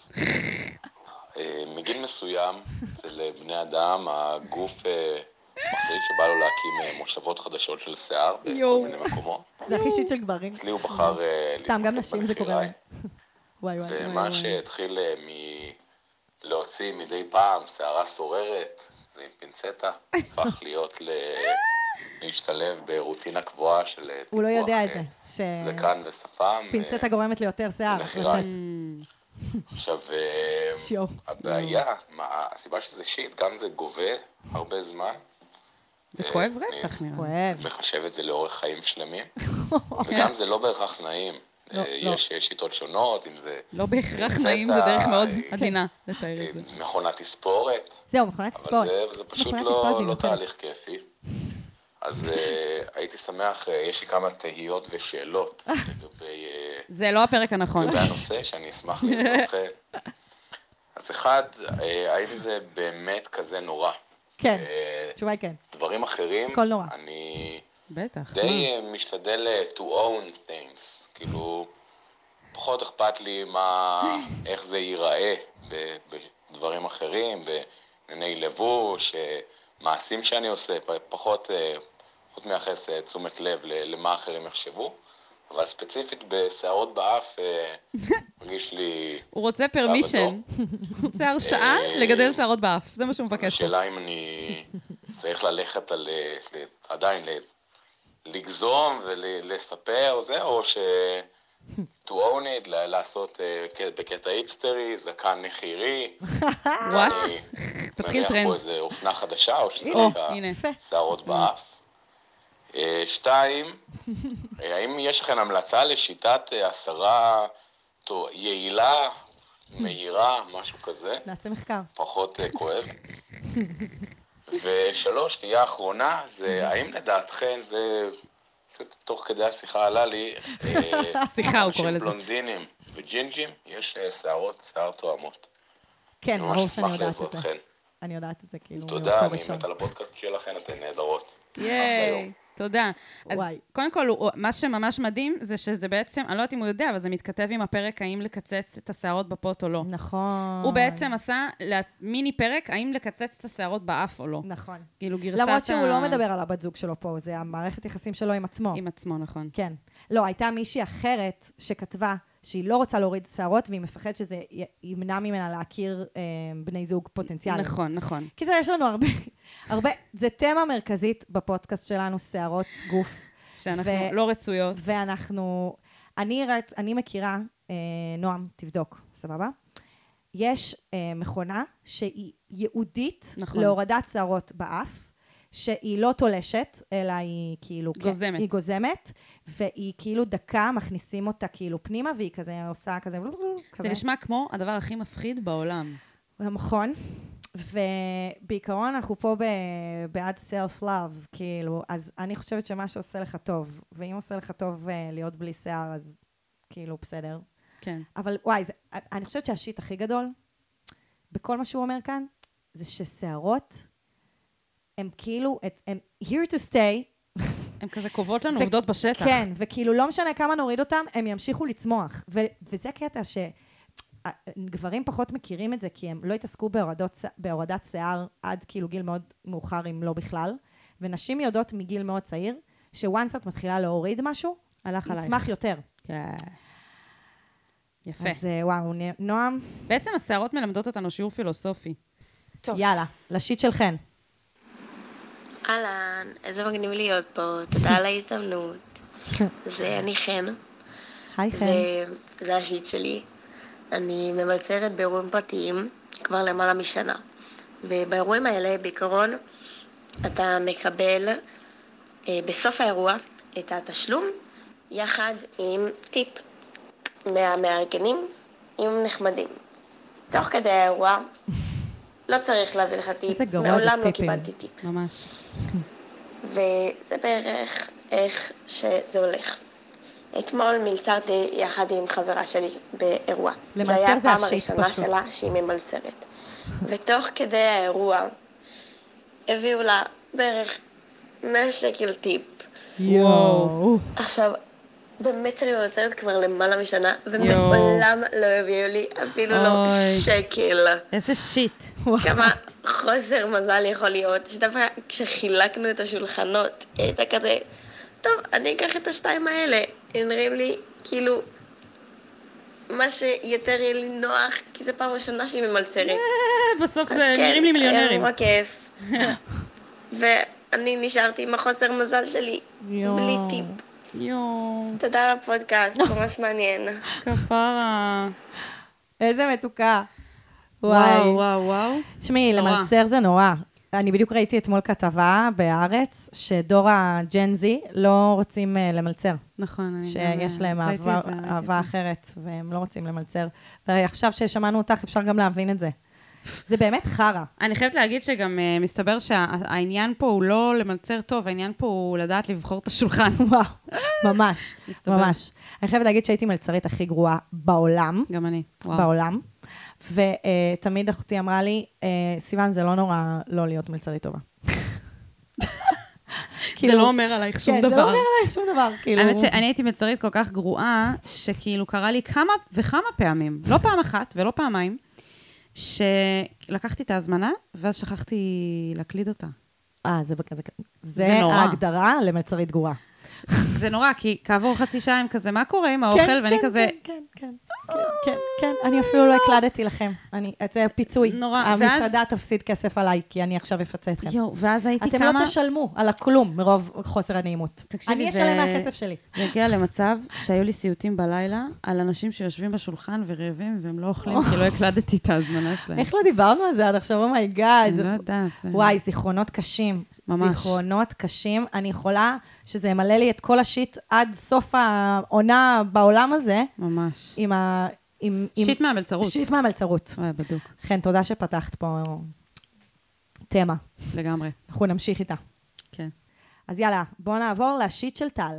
מגיל מסוים, אצל בני אדם, הגוף מחליט שבא לו להקים מושבות חדשות של שיער בכל מיני מקומות.
זה הכי שיט של גברים.
אצלי הוא בחר...
סתם, גם נשים זה קורה. וואי וואי.
ומה שהתחיל מלהוציא מדי פעם, שערה סוררת, זה עם פינצטה, הפך להיות להשתלב ברוטינה קבועה של טיפוח.
הוא לא יודע את זה.
זקן ושפם.
פינצטה גורמת ליותר שיער.
עכשיו, הבעיה, הסיבה שזה שיט, גם זה גובה הרבה זמן.
זה כואב רצח נראה.
כואב.
מחשב את זה לאורך חיים שלמים. וגם זה לא בהכרח נעים. יש שיטות שונות, אם זה...
לא בהכרח נעים, זה דרך מאוד עדינה לתאר את זה.
מכונת תספורת.
זהו, מכונת תספורת.
אבל זה פשוט לא תהליך כיפי.
אז הייתי שמח, יש לי כמה תהיות ושאלות לגבי...
זה לא הפרק הנכון.
לגבי הנושא, שאני אשמח לעזור אתכם. אז אחד, האם זה באמת כזה נורא?
כן, תשובה היא כן.
דברים אחרים,
הכל נורא.
אני
בטח.
די משתדל to own things, כאילו, פחות אכפת לי מה, איך זה ייראה בדברים אחרים, בענייני לבוש, מעשים שאני עושה, פחות, פחות מייחס תשומת לב למה אחרים יחשבו, אבל ספציפית בשערות באף, מרגיש לי...
הוא רוצה פרמישן, הוא רוצה הרשאה לגדל שערות באף, זה מה שהוא מבקש.
השאלה אם אני צריך ללכת על, עדיין לגזום ולספר או זה, או ש... to own it, לעשות בקטע היפסטרי, זקן נחירי.
וואט? תתחיל טרנד.
מריח פה איזה אופנה חדשה, או שזה רק שערות באף. שתיים, האם יש לכם המלצה לשיטת הסרה יעילה, מהירה, משהו כזה?
נעשה מחקר.
פחות כואב. ושלוש, תהיה האחרונה, זה האם לדעתכן, זה תוך כדי השיחה עלה לי,
שיחה הוא קורא לזה.
בלונדינים וג'ינג'ים, יש שערות, שיער תואמות.
כן, ברור שאני יודעת את זה. אני יודעת את זה, כאילו.
תודה, אני מת על הפודקאסט שלכן, אתן נהדרות.
ייי, תודה. אז קודם כל, מה שממש מדהים זה שזה בעצם, אני לא יודעת אם הוא יודע, אבל זה מתכתב עם הפרק האם לקצץ את השערות בפוט או לא.
נכון.
הוא בעצם עשה מיני פרק, האם לקצץ את השערות באף או לא.
נכון.
כאילו גרסת...
למרות שהוא לא מדבר על הבת זוג שלו פה, זה המערכת יחסים שלו עם עצמו.
עם עצמו, נכון.
כן. לא, הייתה מישהי אחרת שכתבה שהיא לא רוצה להוריד שערות, והיא מפחדת שזה ימנע ממנה להכיר אה, בני זוג פוטנציאליים.
נכון, נכון.
כי זה יש לנו הרבה, הרבה, זה תמה מרכזית בפודקאסט שלנו, שערות גוף.
שאנחנו ו- לא רצויות.
ואנחנו, אני, אני מכירה, אה, נועם, תבדוק, סבבה? יש אה, מכונה שהיא ייעודית נכון. להורדת שערות באף, שהיא לא תולשת, אלא היא כאילו...
גוזמת.
היא גוזמת, והיא כאילו דקה, מכניסים אותה כאילו פנימה, והיא כזה עושה כזה...
זה נשמע כמו הדבר הכי מפחיד בעולם.
נכון. ובעיקרון אנחנו פה בעד self-love, כאילו, אז אני חושבת שמה שעושה לך טוב, ואם עושה לך טוב להיות בלי שיער, אז כאילו בסדר.
כן.
אבל וואי, זה, אני חושבת שהשיט הכי גדול, בכל מה שהוא אומר כאן, זה ששערות... הם כאילו, הם here to stay.
הם כזה קובעות לנו עובדות בשטח.
כן, וכאילו לא משנה כמה נוריד אותם, הם ימשיכו לצמוח. וזה קטע שגברים פחות מכירים את זה, כי הם לא התעסקו בהורדת שיער עד כאילו גיל מאוד מאוחר, אם לא בכלל. ונשים יודעות מגיל מאוד צעיר, שוואנס את מתחילה להוריד משהו, יצמח יותר.
כן. יפה.
אז וואו, נועם.
בעצם השערות מלמדות אותנו שיעור פילוסופי.
טוב. יאללה, לשיט שלכן.
אהלן, איזה מגניב להיות פה, תודה על ההזדמנות. זה אני חן.
היי חן.
וזה השיט שלי. אני ממלצרת באירועים פרטיים כבר למעלה משנה. ובאירועים האלה, בעיקרון, אתה מקבל אה, בסוף האירוע את התשלום, יחד עם טיפ מהמארגנים, עם נחמדים. תוך כדי האירוע, לא צריך להביא לך טיפ, מעולם לא קיבלתי טיפ.
ממש.
וזה בערך איך שזה הולך. אתמול מלצרתי יחד עם חברה שלי באירוע.
למלצר זה השיט פשוט.
זה היה הפעם הראשונה שלה שהיא ממלצרת. ותוך כדי האירוע הביאו לה בערך מאה שקל טיפ.
יואו.
עכשיו, באמת שאני ממלצרת כבר למעלה משנה, ומעולם לא הביאו לי אפילו לא שקל.
איזה שיט.
כמה חוסר מזל יכול להיות, שדווקא כשחילקנו את השולחנות, הייתה כזה, טוב, אני אקח את השתיים האלה, הם נראים לי כאילו מה שיותר יהיה לי נוח, כי זה פעם ראשונה שהיא ממלצרת.
בסוף זה נראים לי מיליונרים.
היה כיף. ואני נשארתי עם החוסר מזל שלי, בלי טיפ.
יואו.
תודה על הפודקאסט, ממש מעניין.
כפרה.
איזה מתוקה.
וואו, וואו, וואו.
תשמעי, למלצר זה נורא. אני בדיוק ראיתי אתמול כתבה בארץ, שדור הג'ן זי לא רוצים למלצר.
נכון, אני
שיש להם אהבה אחרת, והם לא רוצים למלצר. ועכשיו ששמענו אותך, אפשר גם להבין את זה. זה באמת חרה.
אני חייבת להגיד שגם uh, מסתבר שהעניין פה הוא לא למלצר טוב, העניין פה הוא לדעת לבחור את השולחן.
וואו, ממש, ממש. אני חייבת להגיד שהייתי מלצרית הכי גרועה בעולם.
גם אני, וואו.
בעולם. ותמיד אחותי אמרה לי, סיוון, זה לא נורא לא להיות מלצרית טובה.
זה לא אומר עלייך שום דבר.
כן, זה לא אומר עלייך שום דבר.
האמת שאני הייתי מלצרית כל כך גרועה, שכאילו קרה לי כמה וכמה פעמים, לא פעם אחת ולא פעמיים, שלקחתי את ההזמנה, ואז שכחתי להקליד אותה.
אה, זה כזה, זה ההגדרה למלצרית גרועה.
זה נורא, כי כעבור חצי שעה הם כזה, מה קורה עם האוכל? ואני כזה...
כן, כן, כן, כן, אני אפילו לא הקלדתי לכם. זה פיצוי.
נורא.
המסעדה תפסיד כסף עליי, כי אני עכשיו אפצה אתכם.
יו, ואז הייתי כמה...
אתם לא תשלמו על הכלום מרוב חוסר הנעימות. אני אשלם מהכסף שלי.
זה הגיע למצב שהיו לי סיוטים בלילה על אנשים שיושבים בשולחן ורעבים, והם לא אוכלים, כי לא הקלדתי את ההזמנה שלהם.
איך לא דיברנו על זה עד עכשיו? אומי גאד.
אני לא יודעת.
וואי, זיכרונות קשים.
ממש.
זיכרונות קשים. אני יכולה שזה ימלא לי את כל השיט עד סוף העונה בעולם הזה.
ממש.
עם ה... עם,
שיט מהמלצרות.
שיט מהמלצרות.
וואי, בדוק.
כן, תודה שפתחת פה תמה.
לגמרי.
אנחנו נמשיך איתה.
כן.
אז יאללה, בואו נעבור לשיט של טל.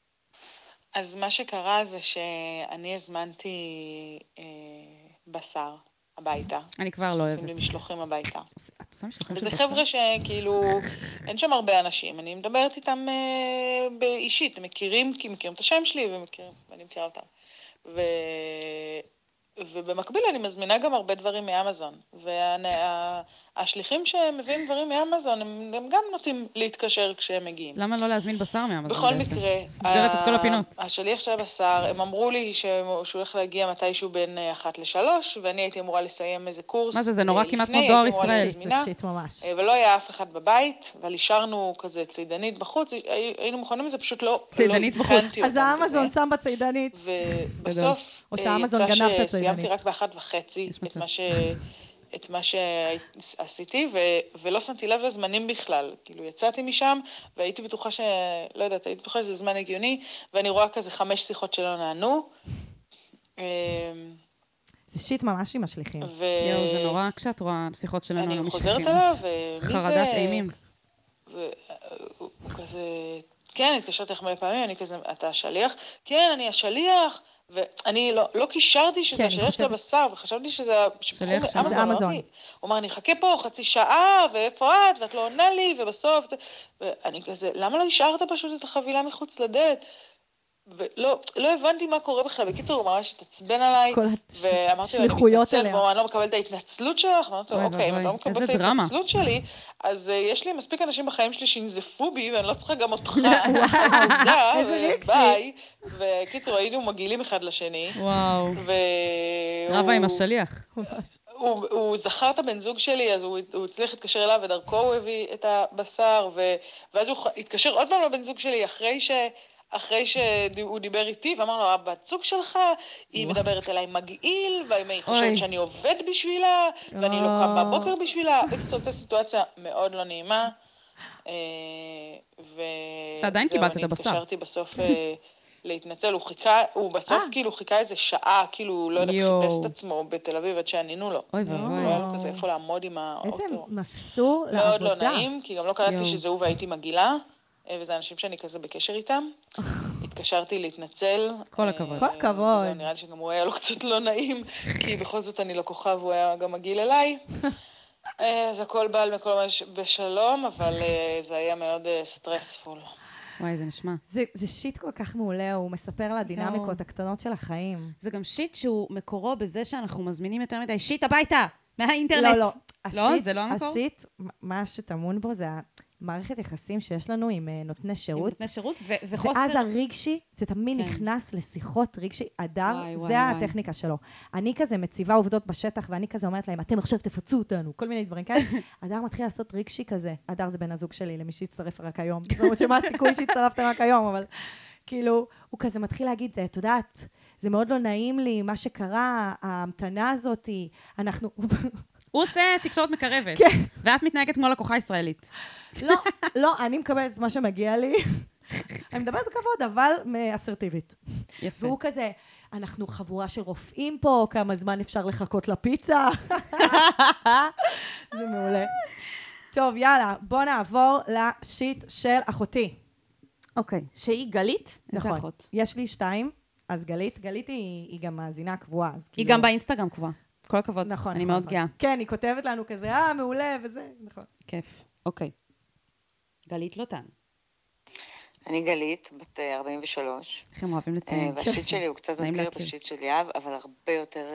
אז מה שקרה זה שאני הזמנתי אה, בשר הביתה.
אני כבר לא אוהבת.
עושים לי משלוחים הביתה.
את עושה משלוחים של
וזה
בשר?
חבר'ה שכאילו, אין שם הרבה אנשים. אני מדברת איתם אה, באישית, הם מכירים, כי מכירים את השם שלי ומכירים, ואני מכירה אותם. ו... ובמקביל אני מזמינה גם הרבה דברים מאמזון. והשליחים שמביאים דברים מאמזון, הם, הם גם נוטים להתקשר כשהם מגיעים.
למה לא להזמין בשר מאמזון?
בכל בעצם? מקרה,
סגרת את כל הפינות.
השליח של הבשר, הם אמרו לי שהוא הולך להגיע מתישהו בין אחת לשלוש, ואני הייתי אמורה לסיים איזה קורס.
מה זה, זה נורא
לפני,
כמעט כמו דואר ישראל.
זה שיט ממש.
ולא היה אף אחד בבית, אבל השארנו כזה צידנית בחוץ, היינו מוכנים לזה, פשוט לא...
צידנית
לא
בחוץ.
אז האמזון שם בצידנית.
ובסוף יצא שסיימתי רק באחת וחצי את מה ש... את מה שעשיתי, ו... ולא שמתי לב לזמנים בכלל. כאילו, יצאתי משם, והייתי בטוחה ש... לא יודעת, הייתי בטוחה שזה זמן הגיוני, ואני רואה כזה חמש שיחות שלא נענו.
זה שיט ממש עם השליחים.
ו...
יואו, זה נורא כשאת רואה שיחות שלנו
אני
לא
חוזרת
משליחים.
עליו, ומי זה...
חרדת אימים.
והוא כזה... כן, התקשרתי לך מלא פעמים, אני כזה, אתה השליח? כן, אני השליח. ואני לא, לא קישרתי שזה השליח של הבשר, וחשבתי שזה אמזון. הוא אומר, אני אחכה פה חצי שעה, ואיפה את, ואת לא עונה לי, ובסוף... ואני כזה, למה לא השארת פשוט את החבילה מחוץ לדלת? ולא, לא הבנתי מה קורה בכלל. בקיצור, הוא ממש התעצבן עליי, ואמרתי לו, אני מתנצל, בוא, אני לא מקבל את ההתנצלות שלך, ואמרתי לו, אוקיי, אם אני לא מקבל את ההתנצלות שלי, אז יש לי מספיק אנשים בחיים שלי שינזפו בי, ואני לא צריכה גם אותך, אז תודה, וביי. וקיצור, היינו מגעילים אחד לשני.
וואו. רבה עם השליח.
הוא זכר את הבן זוג שלי, אז הוא הצליח להתקשר אליו, ודרכו הוא הביא את הבשר, ואז הוא התקשר עוד פעם לבן זוג שלי, אחרי ש... אחרי שהוא דיבר איתי, ואמר לו, הבת זוג שלך, היא מדברת אליי מגעיל, והיא חושבת שאני עובד בשבילה, ואני לא קם בבוקר בשבילה. בקיצור, את הסיטואציה מאוד לא נעימה.
ועדיין קיבלת את הבשר.
אני התקשרתי בסוף להתנצל, הוא חיכה, הוא בסוף כאילו חיכה איזה שעה, כאילו הוא לא יודע, חיפש את עצמו בתל אביב, עד שענינו לו.
אוי ואוי.
לא היה לו כזה איפה לעמוד עם האוטו.
איזה מסור לעבודה.
מאוד לא נעים, כי גם לא קלטתי שזה הוא והייתי מגעילה. וזה אנשים שאני כזה בקשר איתם. התקשרתי להתנצל.
כל הכבוד.
כל הכבוד.
נראה לי שגם הוא היה לו קצת לא נעים, כי בכל זאת אני לא כוכב, הוא היה גם מגעיל אליי. אז הכל בא על מקום בשלום, אבל זה היה מאוד סטרספול.
וואי, זה נשמע.
זה שיט כל כך מעולה, הוא מספר על הדינמיקות הקטנות של החיים.
זה גם שיט שהוא מקורו בזה שאנחנו מזמינים יותר מדי שיט הביתה, מהאינטרנט.
לא, לא.
לא, זה לא המקור?
השיט, מה שטמון בו זה מערכת יחסים שיש לנו עם נותני שירות. עם
נותני שירות וחוסר...
ואז הרגשי, זה תמיד נכנס לשיחות רגשי. הדר, זה הטכניקה שלו. אני כזה מציבה עובדות בשטח, ואני כזה אומרת להם, אתם עכשיו תפצו אותנו, כל מיני דברים כאלה. הדר מתחיל לעשות רגשי כזה. הדר זה בן הזוג שלי, למי שהצטרף רק היום. זאת אומרת שמה הסיכוי שהצטרפתם רק היום, אבל כאילו, הוא כזה מתחיל להגיד, את יודעת, זה מאוד לא נעים לי, מה שקרה, ההמתנה הזאת, אנחנו...
הוא עושה תקשורת מקרבת,
כן.
ואת מתנהגת כמו לקוחה ישראלית.
לא, לא, אני מקבלת את מה שמגיע לי. אני מדברת בכבוד, אבל מאסרטיבית.
יפה.
והוא כזה, אנחנו חבורה של רופאים פה, כמה זמן אפשר לחכות לפיצה. זה מעולה. טוב, יאללה, בוא נעבור לשיט של אחותי.
אוקיי, שהיא גלית?
נכון.
איזה אחות?
יש לי שתיים, אז גלית, גלית היא, היא גם מאזינה קבועה.
היא
כאילו...
גם באינסטגרם קבועה. כל הכבוד.
נכון,
אני
נכון,
מאוד
נכון.
גאה.
כן, היא כותבת לנו כזה, אה, מעולה, וזה, נכון.
כיף. אוקיי. גלית לוטן.
אני גלית, בת ארבעים ושלוש.
איך הם אוהבים לציין.
והשיט שלי הוא קצת מזכיר את השיט של יאב, אבל הרבה יותר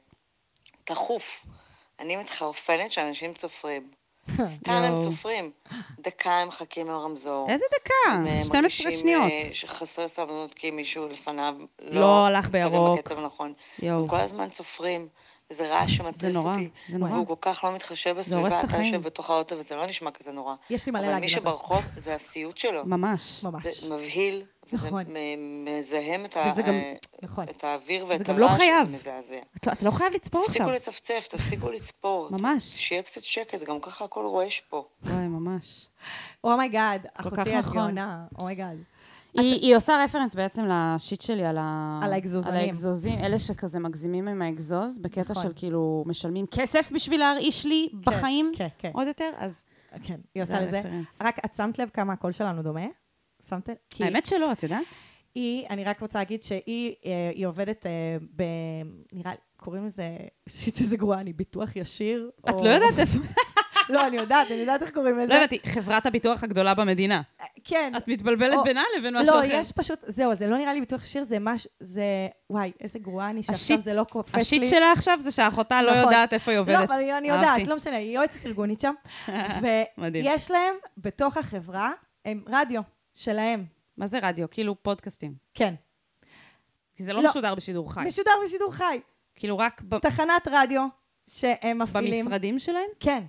תחוף. אני מתחרפנת שאנשים צופרים. סתם הם צופרים. דקה הם מחכים מהרמזור.
איזה דקה? שתים עשרה שניות.
שחסרי סבלנות כי מישהו לפניו
לא הלך בירוק.
בקצב הנכון. כל הזמן צופרים. וזה רעש שמטריף אותי.
זה נורא.
והוא כל כך לא מתחשב בסביבה. אתה יושב בתוך האוטו וזה לא נשמע כזה נורא.
יש לי מלא להגיד.
אבל מי שברחוב זה הסיוט שלו.
ממש.
ממש.
זה מבהיל.
נכון.
וזה מזהם את האוויר ואת הרעש.
זה גם לא חייב.
מזעזע.
אתה לא חייב לצפור עכשיו.
תפסיקו לצפצף, תפסיקו לצפור.
ממש.
שיהיה קצת שקט, גם ככה הכל רועש פה.
אוי, ממש.
אומייגאד, אחותי את גאונה. אומייגאד.
היא עושה רפרנס בעצם לשיט שלי על
האגזוזנים.
על האגזוזים, אלה שכזה מגזימים עם האגזוז, בקטע של כאילו משלמים כסף בשביל להרעיש לי בחיים עוד יותר, אז
כן, היא עושה לזה. רק את שמת לב כמה הקול שלנו דומה? שמת?
האמת שלא, את יודעת?
היא, אני רק רוצה להגיד שהיא עובדת ב... נראה, קוראים לזה, שיט איזה גרועה, אני ביטוח ישיר.
את לא יודעת איפה?
לא, אני יודעת, אני יודעת איך קוראים לזה.
לא הבנתי, חברת הביטוח הגדולה במדינה.
כן.
את מתבלבלת בינה לבין משהו אחר.
לא, יש פשוט, זהו, זה לא נראה לי ביטוח ישיר, זה משהו, זה, וואי, איזה גרועה אני שעכשיו זה לא קופץ לי.
השיט שלה עכשיו זה שאחותה לא יודעת איפה היא עובדת.
לא, אבל אני יודעת, לא משנה, היא יועצת ארגונית שם. ויש להם, בתוך החברה, הם רדיו שלהם.
מה זה רדיו? כאילו פודקאסטים.
כן.
כי זה לא משודר בשידור חי.
משודר בשידור חי.
כאילו רק...
תחנת רדיו שהם מפעילים.
במשרדים שלהם?
כן.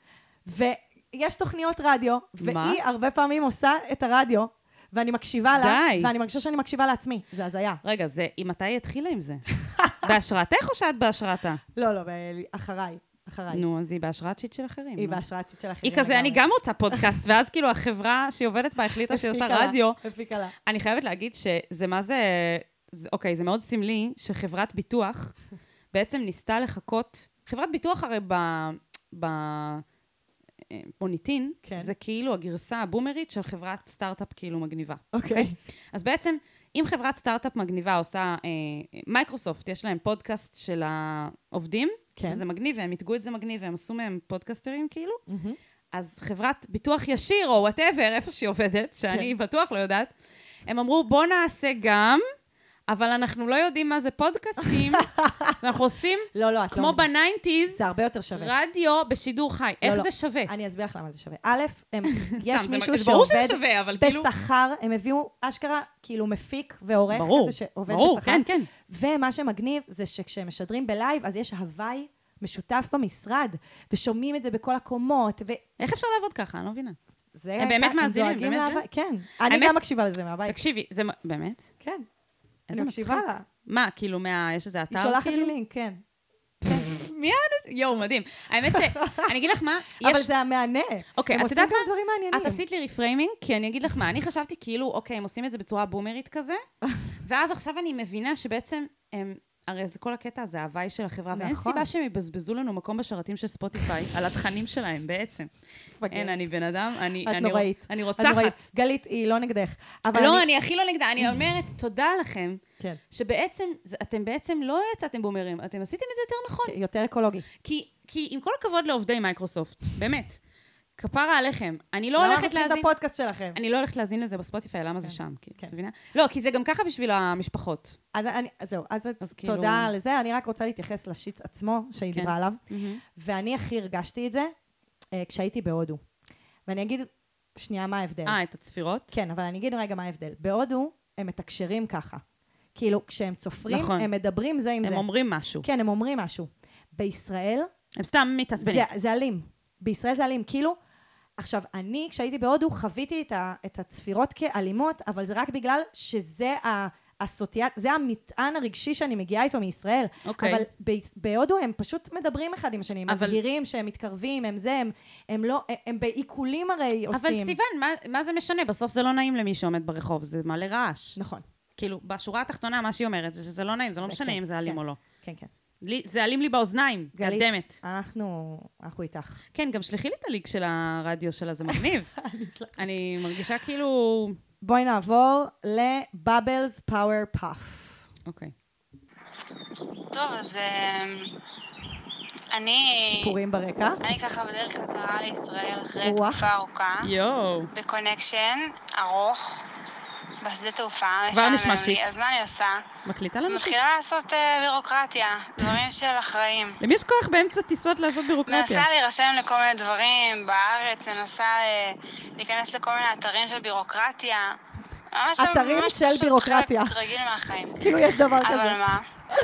ויש תוכניות רדיו, והיא הרבה פעמים עושה את הרדיו, ואני מקשיבה לה, ואני מרגישה שאני מקשיבה לעצמי. זה הזיה.
רגע, זה, מתי היא התחילה עם זה? בהשראתך או שאת בהשראתה?
לא, לא, אחריי. אחריי.
נו, אז היא בהשראת שיט של אחרים.
היא בהשראת שיט של אחרים.
היא כזה, אני גם רוצה פודקאסט, ואז כאילו החברה שהיא עובדת בה החליטה שהיא עושה רדיו.
הפיקה לה.
אני חייבת להגיד שזה מה זה, אוקיי, זה מאוד סמלי, שחברת ביטוח בעצם ניסתה לחכות, חברת ביטוח הרי ב... מוניטין, זה כאילו הגרסה הבומרית של חברת סטארט-אפ כאילו מגניבה.
אוקיי.
אז בעצם, אם חברת סטארט-אפ מגניבה עושה, מייקרוסופט, יש להם פודקאסט של העובדים, וזה מגניב, והם התגעו את זה מגניב, והם עשו מהם פודקסטרים כאילו, אז חברת ביטוח ישיר, או whatever, איפה שהיא עובדת, שאני בטוח לא יודעת, הם אמרו, בוא נעשה גם, אבל אנחנו לא יודעים מה זה פודקאסטים, אז אנחנו עושים,
לא, לא,
כמו בניינטיז,
זה הרבה יותר שווה.
רדיו בשידור חי. איך זה שווה?
אני אסביר לך למה זה שווה. א', יש מישהו שעובד בשכר, הם הביאו אשכרה, כאילו מפיק ועורך כזה שעובד בשכר.
ברור, כן, כן.
ומה שמגניב זה שכשהם משדרים בלייב, אז יש הוואי משותף במשרד, ושומעים את זה בכל הקומות.
איך אפשר לעבוד ככה? אני לא מבינה.
הם
באמת מאזינים, באמת זה?
כן. אני גם מקשיבה לזה מהבית.
תקשיבי, זה באמת?
כן. אני מקשיבה לה.
מה, כאילו, יש איזה אתר?
היא שולחת לי לינק, כן.
מי האנשים? יואו, מדהים. האמת ש... אני אגיד לך מה,
אבל זה המענה.
אוקיי, את יודעת מה?
את
עשית לי ריפריימינג, כי אני אגיד לך מה, אני חשבתי כאילו, אוקיי, הם עושים את זה בצורה בומרית כזה, ואז עכשיו אני מבינה שבעצם הם... הרי זה כל הקטע הזה, ההוואי של החברה, ואין סיבה שהם יבזבזו לנו מקום בשרתים של ספוטיפיי, על התכנים שלהם בעצם. אין, אני בן אדם, אני רוצחת.
גלית, היא לא נגדך.
לא, אני הכי לא נגדה, אני אומרת, תודה לכם, שבעצם, אתם בעצם לא יצאתם בומרים, אתם עשיתם את זה יותר נכון.
יותר אקולוגי.
כי עם כל הכבוד לעובדי מייקרוסופט, באמת, כפרה עליכם. אני לא הולכת להזין...
למה את הפודקאסט שלכם?
אני לא הולכת להזין לזה בספוטיפיי, למה זה שם? מבינה? לא, כי זה גם ככה בשביל המשפחות.
אז זהו, אז תודה לזה. אני רק רוצה להתייחס לשיט עצמו שהיא דיברה עליו. ואני הכי הרגשתי את זה כשהייתי בהודו. ואני אגיד שנייה מה ההבדל.
אה, את הצפירות?
כן, אבל אני אגיד רגע מה ההבדל. בהודו הם מתקשרים ככה. כאילו, כשהם צופרים, הם מדברים זה עם זה.
הם אומרים משהו.
כן, הם אומרים משהו. בישראל...
הם סתם מתעצבנים.
זה אלים. בישראל זה אלים. כאילו, עכשיו, אני, כשהייתי בהודו, חוויתי את, ה, את הצפירות כאלימות, אבל זה רק בגלל שזה הסוטיית, זה המטען הרגשי שאני מגיעה איתו מישראל.
אוקיי.
אבל ב, בהודו הם פשוט מדברים אחד עם השני, הם אבל... מבהירים שהם מתקרבים, הם זה, הם, הם לא, הם בעיקולים הרי עושים.
אבל סיוון, מה, מה זה משנה? בסוף זה לא נעים למי שעומד ברחוב, זה מלא רעש.
נכון.
כאילו, בשורה התחתונה, מה שהיא אומרת, זה שזה לא נעים, זה לא משנה אם זה אלים או לא.
כן, כן.
זה אלים לי באוזניים, קדמת.
אנחנו, אנחנו איתך.
כן, גם שלחי לי את הליק של הרדיו שלה, זה מגניב. אני מרגישה כאילו...
בואי נעבור לבאבלס פאוור פאף.
אוקיי.
טוב, אז אני...
סיפורים ברקע.
אני ככה בדרך חזרה לישראל אחרי תקופה ארוכה.
יואו.
בקונקשן ארוך. בשדה תעופה,
כבר נשמע שיט.
אז מה אני עושה?
מקליטה לנו שיט.
מתחילה לעשות בירוקרטיה, דברים של אחראים.
למי יש כוח באמצע טיסות לעשות בירוקרטיה?
מנסה להירשם לכל מיני דברים בארץ, מנסה להיכנס לכל מיני אתרים של בירוקרטיה.
אתרים של בירוקרטיה.
רגיל מהחיים.
כאילו יש דבר כזה.
אבל מה?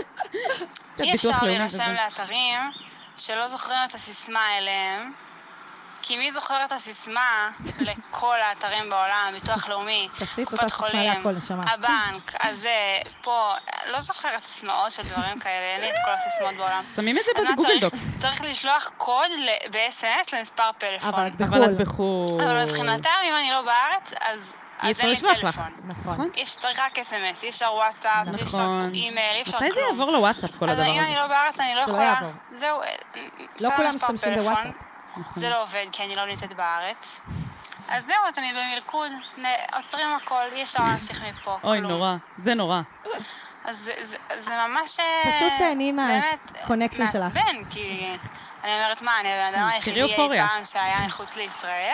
אי אפשר להירשם לאתרים שלא זוכרים את הסיסמה אליהם. כי מי זוכר את הסיסמה לכל האתרים בעולם, ביטוח לאומי, קופת חולים, הבנק, אז זה, פה, לא זוכרת סיסמאות של דברים כאלה, אין לי את כל הסיסמאות בעולם.
שמים את זה בגוגל דוקס.
צריך לשלוח קוד ב-אס אם אס למספר פלאפון.
אבל את בחול.
אבל מבחינתם, אם אני לא בארץ, אז
אי אפשר לשלוח לך.
נכון.
צריך רק אס אם אס, אי אפשר וואטסאפ, אי אפשר אימייל, אי אפשר כלום.
מתי זה יעבור לוואטסאפ כל הדבר הזה?
אז אם אני לא בארץ, אני לא יכולה. זהו,
לא כולם משתמשים בוואטסאפ.
זה לא עובד, כי אני לא נמצאת בארץ. אז זהו, אז אני במלכוד, עוצרים הכל, אי אפשר להמשיך מפה, כלום.
אוי, נורא, זה נורא.
אז זה ממש...
פשוט תהני מהקונקשן שלך.
מעצבן, כי אני אומרת, מה, אני הבן אדם היחידי אי פעם שהיה מחוץ לישראל?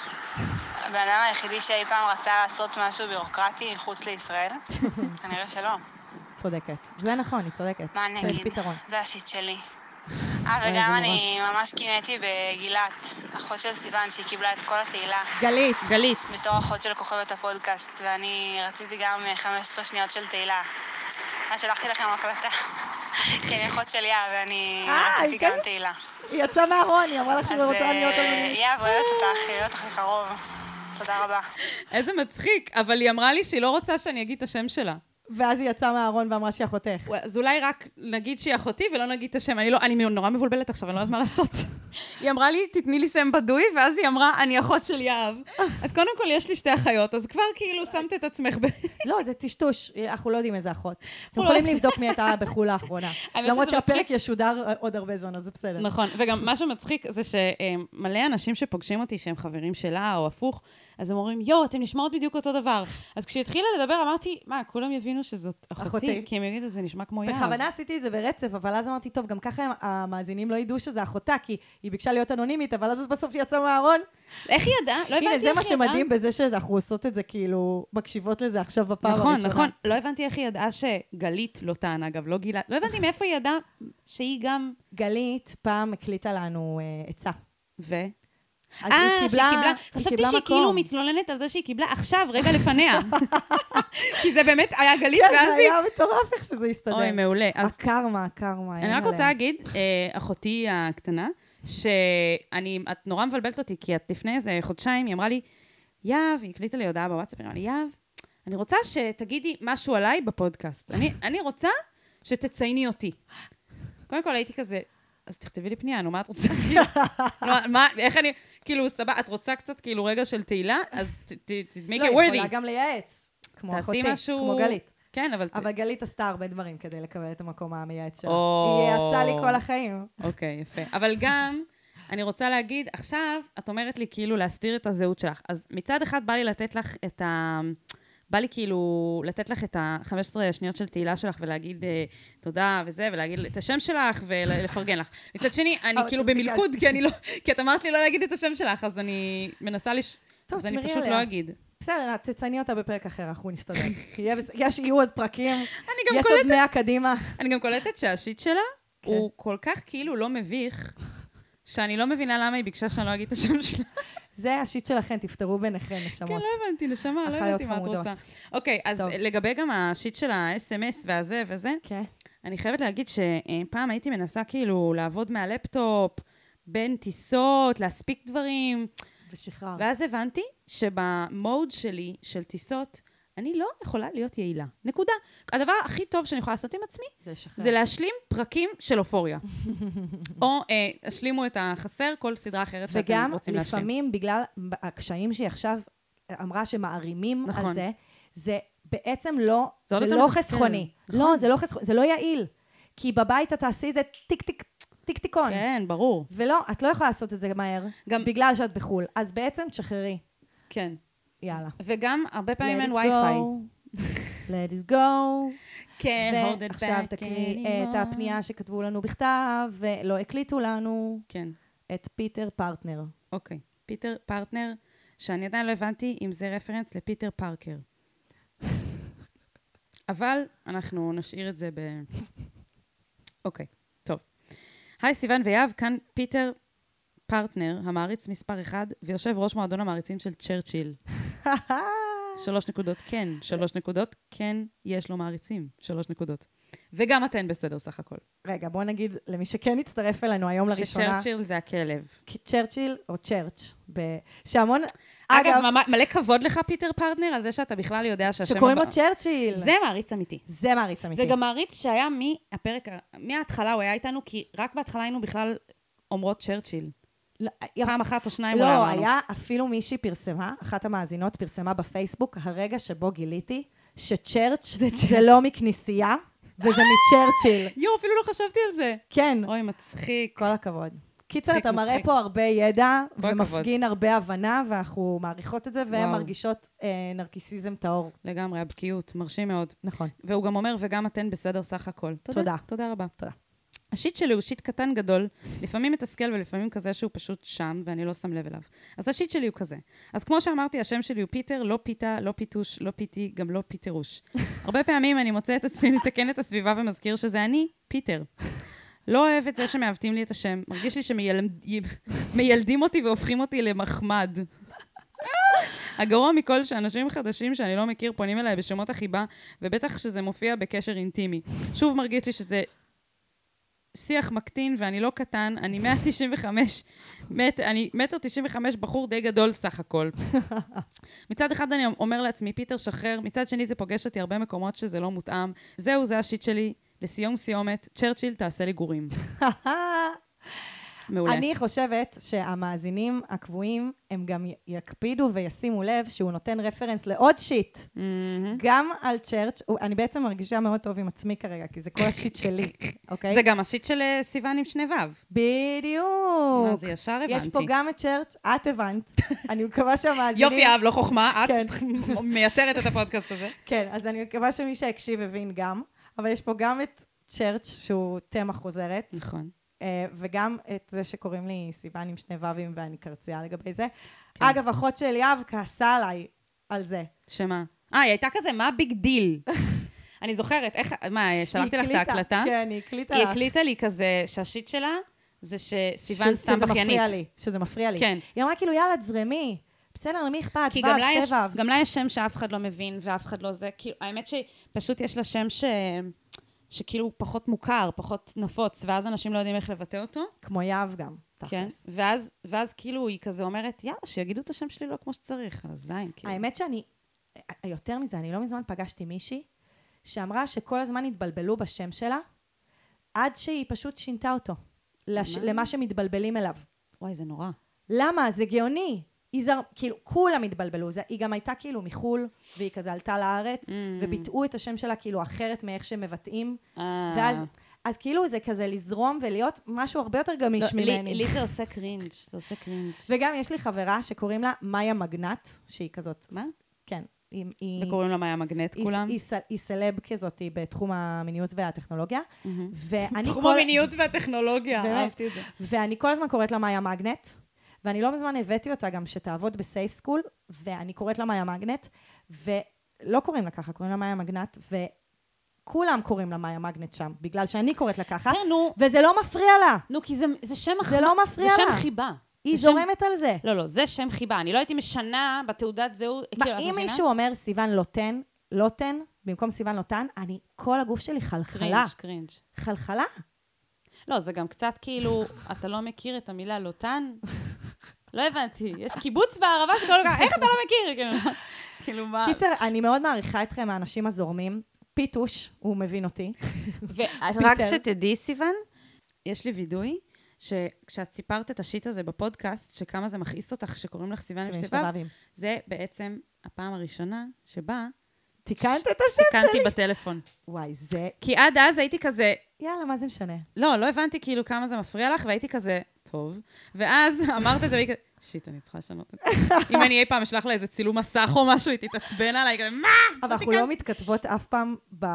הבן אדם היחידי שאי פעם רצה לעשות משהו בירוקרטי מחוץ לישראל? כנראה שלא.
צודקת. זה נכון, היא צודקת.
מה אני אגיד? זה השיט שלי. אה, וגם אני ממש קינאתי בגילת, אחות של סיוון, שהיא קיבלה את כל התהילה.
גלית.
גלית.
בתור אחות של כוכבת הפודקאסט, ואני רציתי גם חמש עשרה שניות של תהילה. אז שלחתי לכם הקלטה, כי אני אחות של יאה, ואני רציתי גם תהילה.
היא יצאה מהארון, היא אמרה לך שהיא רוצה להיות אנונית.
יאה, אוהבת אותך, אוהבת אותך לקרוב. תודה רבה.
איזה מצחיק, אבל היא אמרה לי שהיא לא רוצה שאני אגיד את השם שלה.
ואז היא יצאה מהארון ואמרה שהיא אחותך.
אז אולי רק נגיד שהיא אחותי ולא נגיד את השם. אני, לא, אני נורא מבולבלת עכשיו, אני לא יודעת מה לעשות. היא אמרה לי, תתני לי שם בדוי, ואז היא אמרה, אני אחות של יהב. אז קודם כל יש לי שתי אחיות, אז כבר כאילו שמת את עצמך ב...
לא, זה טשטוש, אנחנו לא יודעים איזה אחות. אתם יכולים לבדוק מי הייתה בחול לאחרונה. למרות שהפרק ישודר עוד הרבה זמן, אז זה בסדר.
נכון, וגם מה שמצחיק זה שמלא אנשים שפוגשים אותי שהם חברים שלה או הפוך, אז הם אומרים, יו, אתם נשמעות בדיוק אותו דבר. אז כשהתחילה לדבר, אמרתי, מה, כולם יבינו שזאת אחותי? כי הם יגידו, זה נשמע כמו יהב.
בכוונה עשיתי את זה ברצף, אבל אז אמרתי, טוב, גם ככה המאזינים לא ידעו שזה אחותה, כי היא ביקשה להיות אנונימית, אבל אז בסוף היא יצאה מהארון.
איך היא ידעה? לא הבנתי איך היא ידעה.
הנה, זה מה שמדהים בזה שאנחנו עושות את זה, כאילו, מקשיבות לזה עכשיו בפעם הראשונה.
נכון, נכון. לא הבנתי איך היא ידעה שגלית לא טענה, אגב, לא גילה. לא הבנתי מאיפה היא ידעה שהיא גם...
גלית פעם הקליטה לנו עצה.
ו? אה, שהיא קיבלה, חשבתי שהיא כאילו מתלוננת על זה שהיא קיבלה עכשיו, רגע לפניה. כי זה באמת היה גלית ואז היא...
כן, זה היה מטורף איך שזה הסתדר.
אוי, מעולה.
הקרמה, הקרמה.
אני רק רוצה להגיד, אחותי הקטנה, שאני, את נורא מבלבלת אותי, כי את לפני איזה חודשיים, היא אמרה לי, יהב, היא הקליטה לי הודעה בוואטסאפ, היא אמרה לי, יהב, אני רוצה שתגידי משהו עליי בפודקאסט. אני רוצה שתצייני אותי. קודם כל הייתי כזה... אז תכתבי לי פנייה, נו, מה את רוצה? מה, איך אני, כאילו, סבא, את רוצה קצת, כאילו, רגע של תהילה? אז make it worthy.
לא, היא יכולה גם לייעץ, כמו אחותי, כמו גלית.
כן, אבל...
אבל גלית עשתה הרבה דברים כדי לקבל את המקום המייעץ שלה. היא יעצה לי כל החיים.
אוקיי, יפה. אבל גם, אני רוצה להגיד, עכשיו, את אומרת לי, כאילו, להסתיר את הזהות שלך. אז מצד אחד בא לי לתת לך את ה... בא לי כאילו לתת לך את ה-חמש עשרה שניות של תהילה שלך ולהגיד תודה וזה, ולהגיד את השם שלך ולפרגן לך. מצד שני, אני כאילו במלכוד, כי אני לא, כי את אמרת לי לא להגיד את השם שלך, אז אני מנסה לש... אז אני פשוט לא אגיד.
בסדר, תצייני אותה בפרק אחר, אנחנו נסתדר. יש, יהיו עוד פרקים, יש עוד מאה קדימה.
אני גם קולטת שהשיט שלה הוא כל כך כאילו לא מביך, שאני לא מבינה למה היא ביקשה שאני לא אגיד את השם שלה.
זה השיט שלכם, תפתרו ביניכם, נשמות.
כן, לא הבנתי, נשמה, לא הבנתי מה את רוצה. אוקיי, אז לגבי גם השיט של ה-אס אם אס והזה וזה, אני חייבת להגיד שפעם הייתי מנסה כאילו לעבוד מהלפטופ, בין טיסות, להספיק דברים.
ושחרר.
ואז הבנתי שבמוד שלי של טיסות, אני לא יכולה להיות יעילה. נקודה. הדבר הכי טוב שאני יכולה לעשות עם עצמי, זה, זה להשלים פרקים של אופוריה. או אה, השלימו את החסר, כל סדרה אחרת שאתם רוצים להשלים.
וגם לפעמים, בגלל הקשיים שהיא עכשיו אמרה שמערימים נכון. על זה, זה בעצם לא,
זה,
זה לא חסכוני. נכון. לא, זה לא חסכוני, זה לא יעיל. כי בבית אתה עשי את זה טיק טיק, טיק טיקון.
כן, ברור.
ולא, את לא יכולה לעשות את זה מהר, גם... בגלל שאת בחול. אז בעצם תשחררי.
כן.
יאללה.
וגם הרבה פעמים אין וי-פיי.
Let it go.
כן, hold it back.
ועכשיו תקריאי את הפנייה שכתבו לנו בכתב, ולא הקליטו לנו.
כן.
את פיטר פרטנר.
אוקיי. פיטר פרטנר, שאני עדיין לא הבנתי אם זה רפרנס לפיטר פארקר. אבל אנחנו נשאיר את זה ב... אוקיי, טוב. היי סיוון ויאב, כאן פיטר פרטנר, המעריץ מספר אחד, ויושב ראש מועדון המעריצים של צ'רצ'יל. שלוש נקודות, כן. שלוש נקודות, כן, יש לו מעריצים. שלוש נקודות. וגם אתן בסדר סך הכל.
רגע, בוא נגיד למי שכן יצטרף אלינו היום לראשונה.
שצ'רצ'יל זה הכלב.
צ'רצ'יל או צ'רץ'. שהמון...
אגב, מלא כבוד לך, פיטר פרטנר, על זה שאתה בכלל יודע שהשם...
שקוראים לו צ'רצ'יל.
זה מעריץ אמיתי.
זה מעריץ אמיתי.
זה גם מעריץ שהיה מהפרק, מההתחלה הוא היה איתנו, כי רק בהתחלה היינו בכלל אומרות צ'רצ'יל. פעם אחת או שניים אולי אמרנו.
לא, היה אפילו מישהי פרסמה, אחת המאזינות פרסמה בפייסבוק, הרגע שבו גיליתי שצ'רץ' זה לא מכנסייה, וזה מצ'רצ'יל.
יו, אפילו לא חשבתי על זה.
כן.
אוי, מצחיק.
כל הכבוד. קיצר, אתה מראה פה הרבה ידע, ומפגין הרבה הבנה, ואנחנו מעריכות את זה, והן מרגישות נרקיסיזם טהור.
לגמרי, הבקיאות, מרשים מאוד.
נכון.
והוא גם אומר, וגם אתן בסדר סך הכל.
תודה.
תודה רבה.
תודה.
השיט שלי הוא שיט קטן גדול, לפעמים מתסכל ולפעמים כזה שהוא פשוט שם, ואני לא שם לב אליו. אז השיט שלי הוא כזה. אז כמו שאמרתי, השם שלי הוא פיטר, לא פיתה, לא פיתוש, לא פיתי, גם לא פיטרוש. הרבה פעמים אני מוצא את עצמי מתקן את הסביבה ומזכיר שזה אני, פיטר. לא אוהב את זה שמעוותים לי את השם. מרגיש לי שמיילדים אותי והופכים אותי למחמד. הגרוע מכל שאנשים חדשים שאני לא מכיר פונים אליי בשמות החיבה, ובטח שזה מופיע בקשר אינטימי. שוב מרגיש לי שזה שיח מקטין, ואני לא קטן, אני מאה תשעים וחמש, אני מטר תשעים וחמש בחור די גדול סך הכל. מצד אחד אני אומר לעצמי, פיטר שחרר, מצד שני זה פוגש אותי הרבה מקומות שזה לא מותאם. זהו, זה השיט שלי. לסיום סיומת, צ'רצ'יל תעשה לי גורים. מעולה.
אני חושבת שהמאזינים הקבועים, הם גם יקפידו וישימו לב שהוא נותן רפרנס לעוד שיט. גם על צ'רץ', אני בעצם מרגישה מאוד טוב עם עצמי כרגע, כי זה כל השיט שלי, אוקיי?
זה גם השיט של סיוון עם שני וו.
בדיוק.
מה, זה ישר הבנתי.
יש פה גם את צ'רץ', את הבנת. אני מקווה שהמאזינים...
יופי, אב, לא חוכמה, את מייצרת את הפודקאסט הזה.
כן, אז אני מקווה שמי שהקשיב הבין גם, אבל יש פה גם את צ'רץ' שהוא תמה חוזרת.
נכון.
וגם את זה שקוראים לי סיוון עם שני וווים ואני קרצייה לגבי זה. אגב, אחות של יאב כעסה עליי על זה.
שמה? אה, היא הייתה כזה, מה ביג דיל? אני זוכרת, איך, מה, שלחתי לך את ההקלטה?
כן, היא הקליטה
לך. היא הקליטה לי כזה, שהשיט שלה זה שסיוון סתם בכיינית.
שזה מפריע לי, שזה מפריע לי.
כן.
היא אמרה כאילו, יאללה, זרמי. בסדר, למי אכפת?
כי גם לה יש, גם לה יש שם שאף אחד לא מבין ואף אחד לא זה. כאילו, האמת שפשוט יש לה שם ש... שכאילו פחות מוכר, פחות נפוץ, ואז אנשים לא יודעים איך לבטא אותו.
כמו יאב גם.
כן, ואז, ואז כאילו היא כזה אומרת, יאללה, שיגידו את השם שלי לא כמו שצריך, על הזין, כאילו.
האמת שאני, יותר מזה, אני לא מזמן פגשתי מישהי, שאמרה שכל הזמן התבלבלו בשם שלה, עד שהיא פשוט שינתה אותו, לש... למה שמתבלבלים אליו.
וואי, זה נורא.
למה? זה גאוני. זר... כאילו, כולם התבלבלו. זה... היא גם הייתה כאילו מחול, והיא כזה עלתה לארץ, mm. וביטאו את השם שלה כאילו אחרת מאיך שמבטאים. Ah. ואז, אז כאילו זה כזה לזרום ולהיות משהו הרבה יותר גמיש לא, ממני.
לי, לי זה עושה קרינג', זה עושה קרינג'.
וגם יש לי חברה שקוראים לה מאיה מגנט, שהיא כזאת...
מה?
כן.
היא, וקוראים לה מאיה מגנט
היא,
כולם?
היא, היא, היא סלב כזאת, היא בתחום המיניות והטכנולוגיה. Mm-hmm. ואני
תחום
כל...
המיניות והטכנולוגיה, אהבתי את זה.
ואני כל הזמן קוראת לה מאיה מגנט, ואני לא מזמן הבאתי אותה גם שתעבוד בסייף סקול, ואני קוראת לה מאיה מגנט, ולא קוראים לה ככה, קוראים לה מאיה מגנט, וכולם קוראים לה מאיה מגנט שם, בגלל שאני קוראת לה ככה,
כן, נו.
וזה לא מפריע לה.
נו, כי זה, זה שם
זה ח... לא מפריע
זה
לה.
שם חיבה.
היא זורמת
שם...
על זה.
לא, לא, זה שם חיבה. אני לא הייתי משנה בתעודת זהות.
מה, כאילו, אם מישהו אומר סיוון לוטן, לוטן, במקום סיוון לוטן, אני, כל הגוף שלי חלחלה.
קרינג', קרינג'.
חלחלה?
לא, זה גם קצת כאילו, אתה לא מכיר את המילה לוטן? לא הבנתי. יש קיבוץ בערבה שכל כך, איך אתה לא מכיר? כאילו, מה?
קיצר, אני מאוד מעריכה אתכם, האנשים הזורמים. פיתוש, הוא מבין אותי.
ורק שתדעי, סיוון, יש לי וידוי, שכשאת סיפרת את השיט הזה בפודקאסט, שכמה זה מכעיס אותך שקוראים לך סיוון עם שתי וו, זה בעצם הפעם הראשונה שבה
תיקנת את השם שלי?
תיקנתי בטלפון.
וואי, זה...
כי עד אז הייתי כזה...
יאללה, מה זה משנה?
לא, לא הבנתי כאילו כמה זה מפריע לך, והייתי כזה, טוב. ואז אמרת את זה, והייתי כזה, שיט, אני צריכה לשנות את זה. אם אני אי פעם אשלח לה איזה צילום מסך או משהו, היא תתעצבן עליי, כזה, מה?
אבל אנחנו לא מתכתבות אף פעם,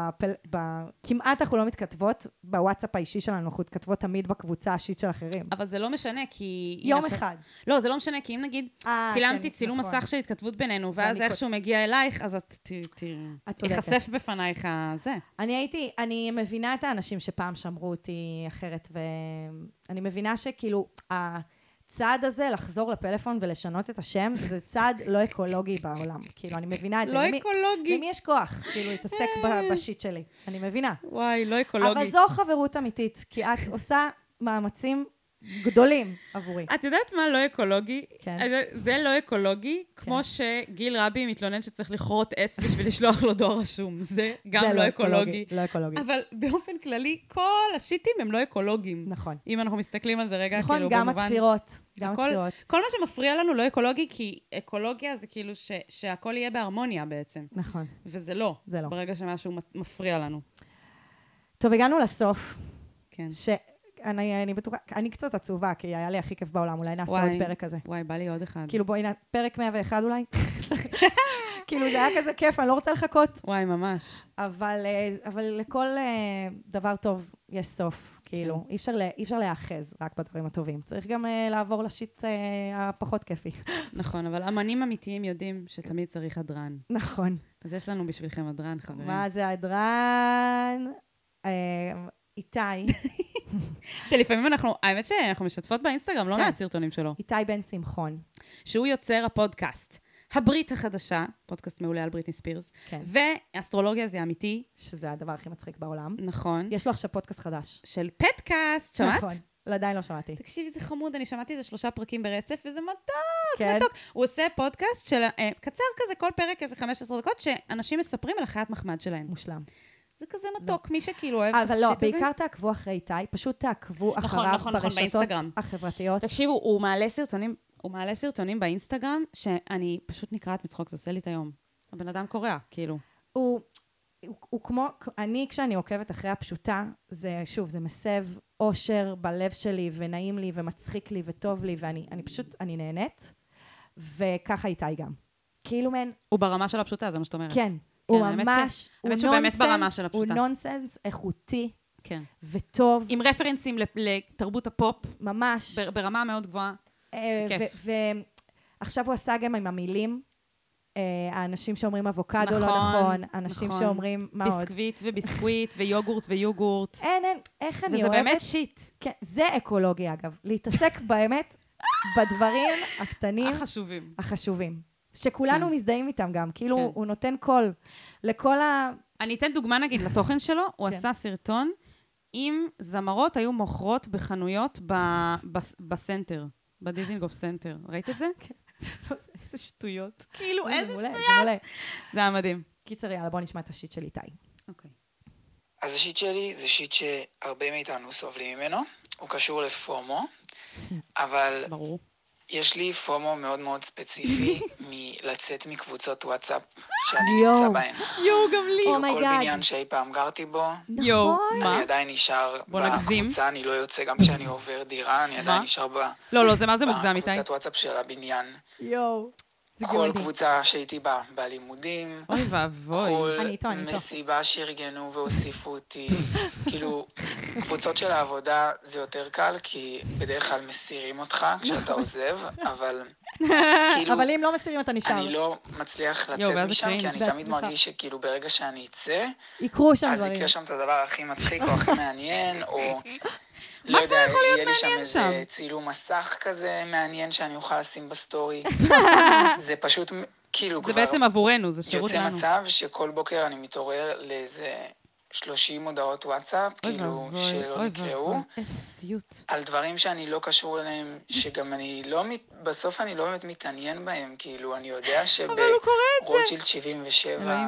כמעט אנחנו לא מתכתבות בוואטסאפ האישי שלנו, אנחנו מתכתבות תמיד בקבוצה האישית של אחרים.
אבל זה לא משנה, כי...
יום אחד.
לא, זה לא משנה, כי אם נגיד, צילמתי צילום מסך של התכתבות בינינו, ואז איכשהו מגיע אלייך, אז את תיחשף בפנייך זה.
אני הייתי, אני מבינה את האנשים שפעם שמרו אותי אחרת, ואני מבינה שכאילו, הצעד הזה, לחזור לפלאפון ולשנות את השם, זה צעד לא אקולוגי בעולם. כאילו, אני מבינה את זה.
לא אקולוגי.
למי יש כוח, כאילו, להתעסק בשיט שלי. אני מבינה.
וואי, לא אקולוגי.
אבל זו חברות אמיתית, כי את עושה מאמצים גדולים עבורי.
את יודעת מה לא אקולוגי?
כן.
זה לא אקולוגי, כמו שגיל רבי מתלונן שצריך לכרות עץ בשביל לשלוח לו דואר רשום. זה גם לא אקולוגי.
לא אקולוגי.
אבל באופן כללי, כל השיטים הם לא אקולוגיים.
נכון.
אם אנחנו מסתכלים על זה רגע, כאילו
במובן... נכון, גם הצפירות. גם הצפירות.
כל מה שמפריע לנו לא אקולוגי, כי אקולוגיה זה כאילו שהכל יהיה בהרמוניה בעצם.
נכון.
וזה לא.
זה לא.
ברגע שמשהו מפריע לנו.
טוב, הגענו לסוף.
כן.
אני, אני בטוחה, אני קצת עצובה, כי היה לי הכי כיף בעולם, אולי נעשה עוד פרק כזה.
וואי, בא לי עוד אחד.
כאילו בואי, פרק מאה ואחת אולי. כאילו זה היה כזה כיף, אני לא רוצה לחכות.
וואי, ממש.
אבל, אבל לכל דבר טוב יש סוף, כאילו. אי אפשר, אי אפשר להאחז רק בדברים הטובים. צריך גם לעבור לשיט הפחות כיפי.
נכון, אבל אמנים אמיתיים יודעים שתמיד צריך הדרן.
נכון.
אז יש לנו בשבילכם הדרן, חברים.
מה זה הדרן? איתי.
שלפעמים אנחנו, האמת שאנחנו משתפות באינסטגרם, לא מעט סרטונים שלו.
איתי בן שמחון.
שהוא יוצר הפודקאסט, הברית החדשה, פודקאסט מעולה על בריטני ספירס, ואסטרולוגיה זה אמיתי.
שזה הדבר הכי מצחיק בעולם.
נכון.
יש לו עכשיו פודקאסט חדש.
של פודקאסט, שמעת?
נכון. עדיין לא שמעתי.
תקשיבי, זה חמוד, אני שמעתי איזה שלושה פרקים ברצף, וזה מתוק, מתוק. הוא עושה פודקאסט של, קצר כזה, כל פרק איזה חמש עשרה דקות, שאנשים מספרים על החיית מחמד שלהם.
מושלם.
זה כזה מתוק, מי שכאילו אוהב את השיט הזה.
אבל לא, בעיקר תעקבו אחרי איתי, פשוט תעקבו אחריו ברשתות החברתיות.
תקשיבו, הוא מעלה סרטונים, הוא מעלה סרטונים באינסטגרם, שאני פשוט נקראת מצחוק, זה עושה לי את היום. הבן אדם קורא, כאילו.
הוא, הוא כמו, אני כשאני עוקבת אחרי הפשוטה, זה, שוב, זה מסב אושר בלב שלי, ונעים לי, ומצחיק לי, וטוב לי, ואני אני פשוט, אני נהנית, וככה איתי גם. כאילו מן...
הוא ברמה של הפשוטה, זה מה שאת אומרת.
כן. הוא ממש, הוא נונסנס, הוא נונסנס איכותי וטוב.
עם רפרנסים לתרבות הפופ.
ממש.
ברמה מאוד גבוהה. זה כיף.
ועכשיו הוא עשה גם עם המילים, האנשים שאומרים אבוקדו לא נכון, אנשים שאומרים, מה עוד?
ביסקוויט וביסקוויט ויוגורט ויוגורט.
אין, אין, איך אני אוהבת.
וזה באמת שיט.
כן, זה אקולוגיה אגב. להתעסק באמת בדברים הקטנים.
החשובים.
החשובים. שכולנו מזדהים איתם גם, כאילו הוא נותן קול לכל ה...
אני אתן דוגמה נגיד לתוכן שלו, הוא עשה סרטון עם זמרות היו מוכרות בחנויות בסנטר, בדיזינגוף סנטר. ראית את זה? כן. איזה שטויות. כאילו, איזה שטויות. זה היה מדהים.
קיצר, יאללה, בוא נשמע את השיט של איתי.
אוקיי.
אז השיט שלי זה שיט שהרבה מאיתנו סובלים ממנו, הוא קשור לפומו, אבל...
ברור.
יש לי פומו מאוד מאוד ספציפי מלצאת מקבוצות וואטסאפ שאני נמצא בהן.
יואו, גם לי.
כאילו כל בניין שאי פעם גרתי בו.
יואו, מה?
אני עדיין נשאר בקבוצה, אני לא יוצא גם כשאני עובר דירה, אני עדיין נשאר
לא, לא, זה מה זה מוגזם איתי?
בקבוצת וואטסאפ של הבניין.
יואו.
כל קבוצה שהייתי בה, בלימודים,
אוי ואבוי.
כל מסיבה שארגנו והוסיפו אותי, כאילו, קבוצות של העבודה זה יותר קל, כי בדרך כלל מסירים אותך כשאתה עוזב, אבל כאילו...
אבל אם לא מסירים אתה נשאר.
אני לא מצליח לצאת משם, כי אני תמיד מרגיש שכאילו ברגע שאני אצא,
יקרו שם דברים.
אז יקרה שם את הדבר הכי מצחיק או הכי מעניין, או... לא יודע, יהיה לי שם איזה צילום מסך כזה מעניין שאני אוכל לשים בסטורי. זה פשוט, כאילו כבר...
זה בעצם עבורנו, זה שירות לנו.
יוצא מצב שכל בוקר אני מתעורר לאיזה שלושים הודעות וואטסאפ, כאילו, שלא נקראו.
איזה סיוט.
על דברים שאני לא קשור אליהם, שגם אני לא, בסוף אני לא באמת מתעניין בהם, כאילו, אני יודע שברוטשילד שבעים ושבע,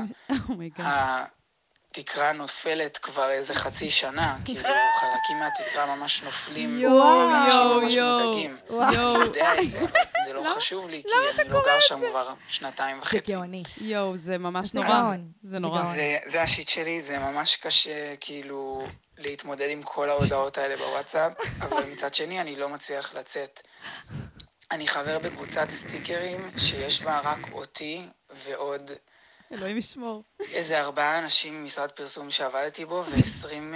התקרה נופלת כבר איזה חצי שנה, כאילו חלקים מהתקרה ממש נופלים,
יואו,
ואנשים
יואו,
ממש
יואו,
מודאגים.
יואו.
אני יודע את זה, זה לא חשוב לי, כי אני לא גר שם כבר שנתיים וחצי.
זה גאוני.
יואו, זה ממש נורא. זה נורא.
זה השיט שלי, זה ממש קשה, כאילו, להתמודד עם כל ההודעות האלה בוואטסאפ, אבל מצד שני אני לא מצליח לצאת. אני חבר בקבוצת סטיקרים שיש בה רק אותי ועוד...
אלוהים ישמור.
איזה ארבעה אנשים ממשרד פרסום שעבדתי בו, ועשרים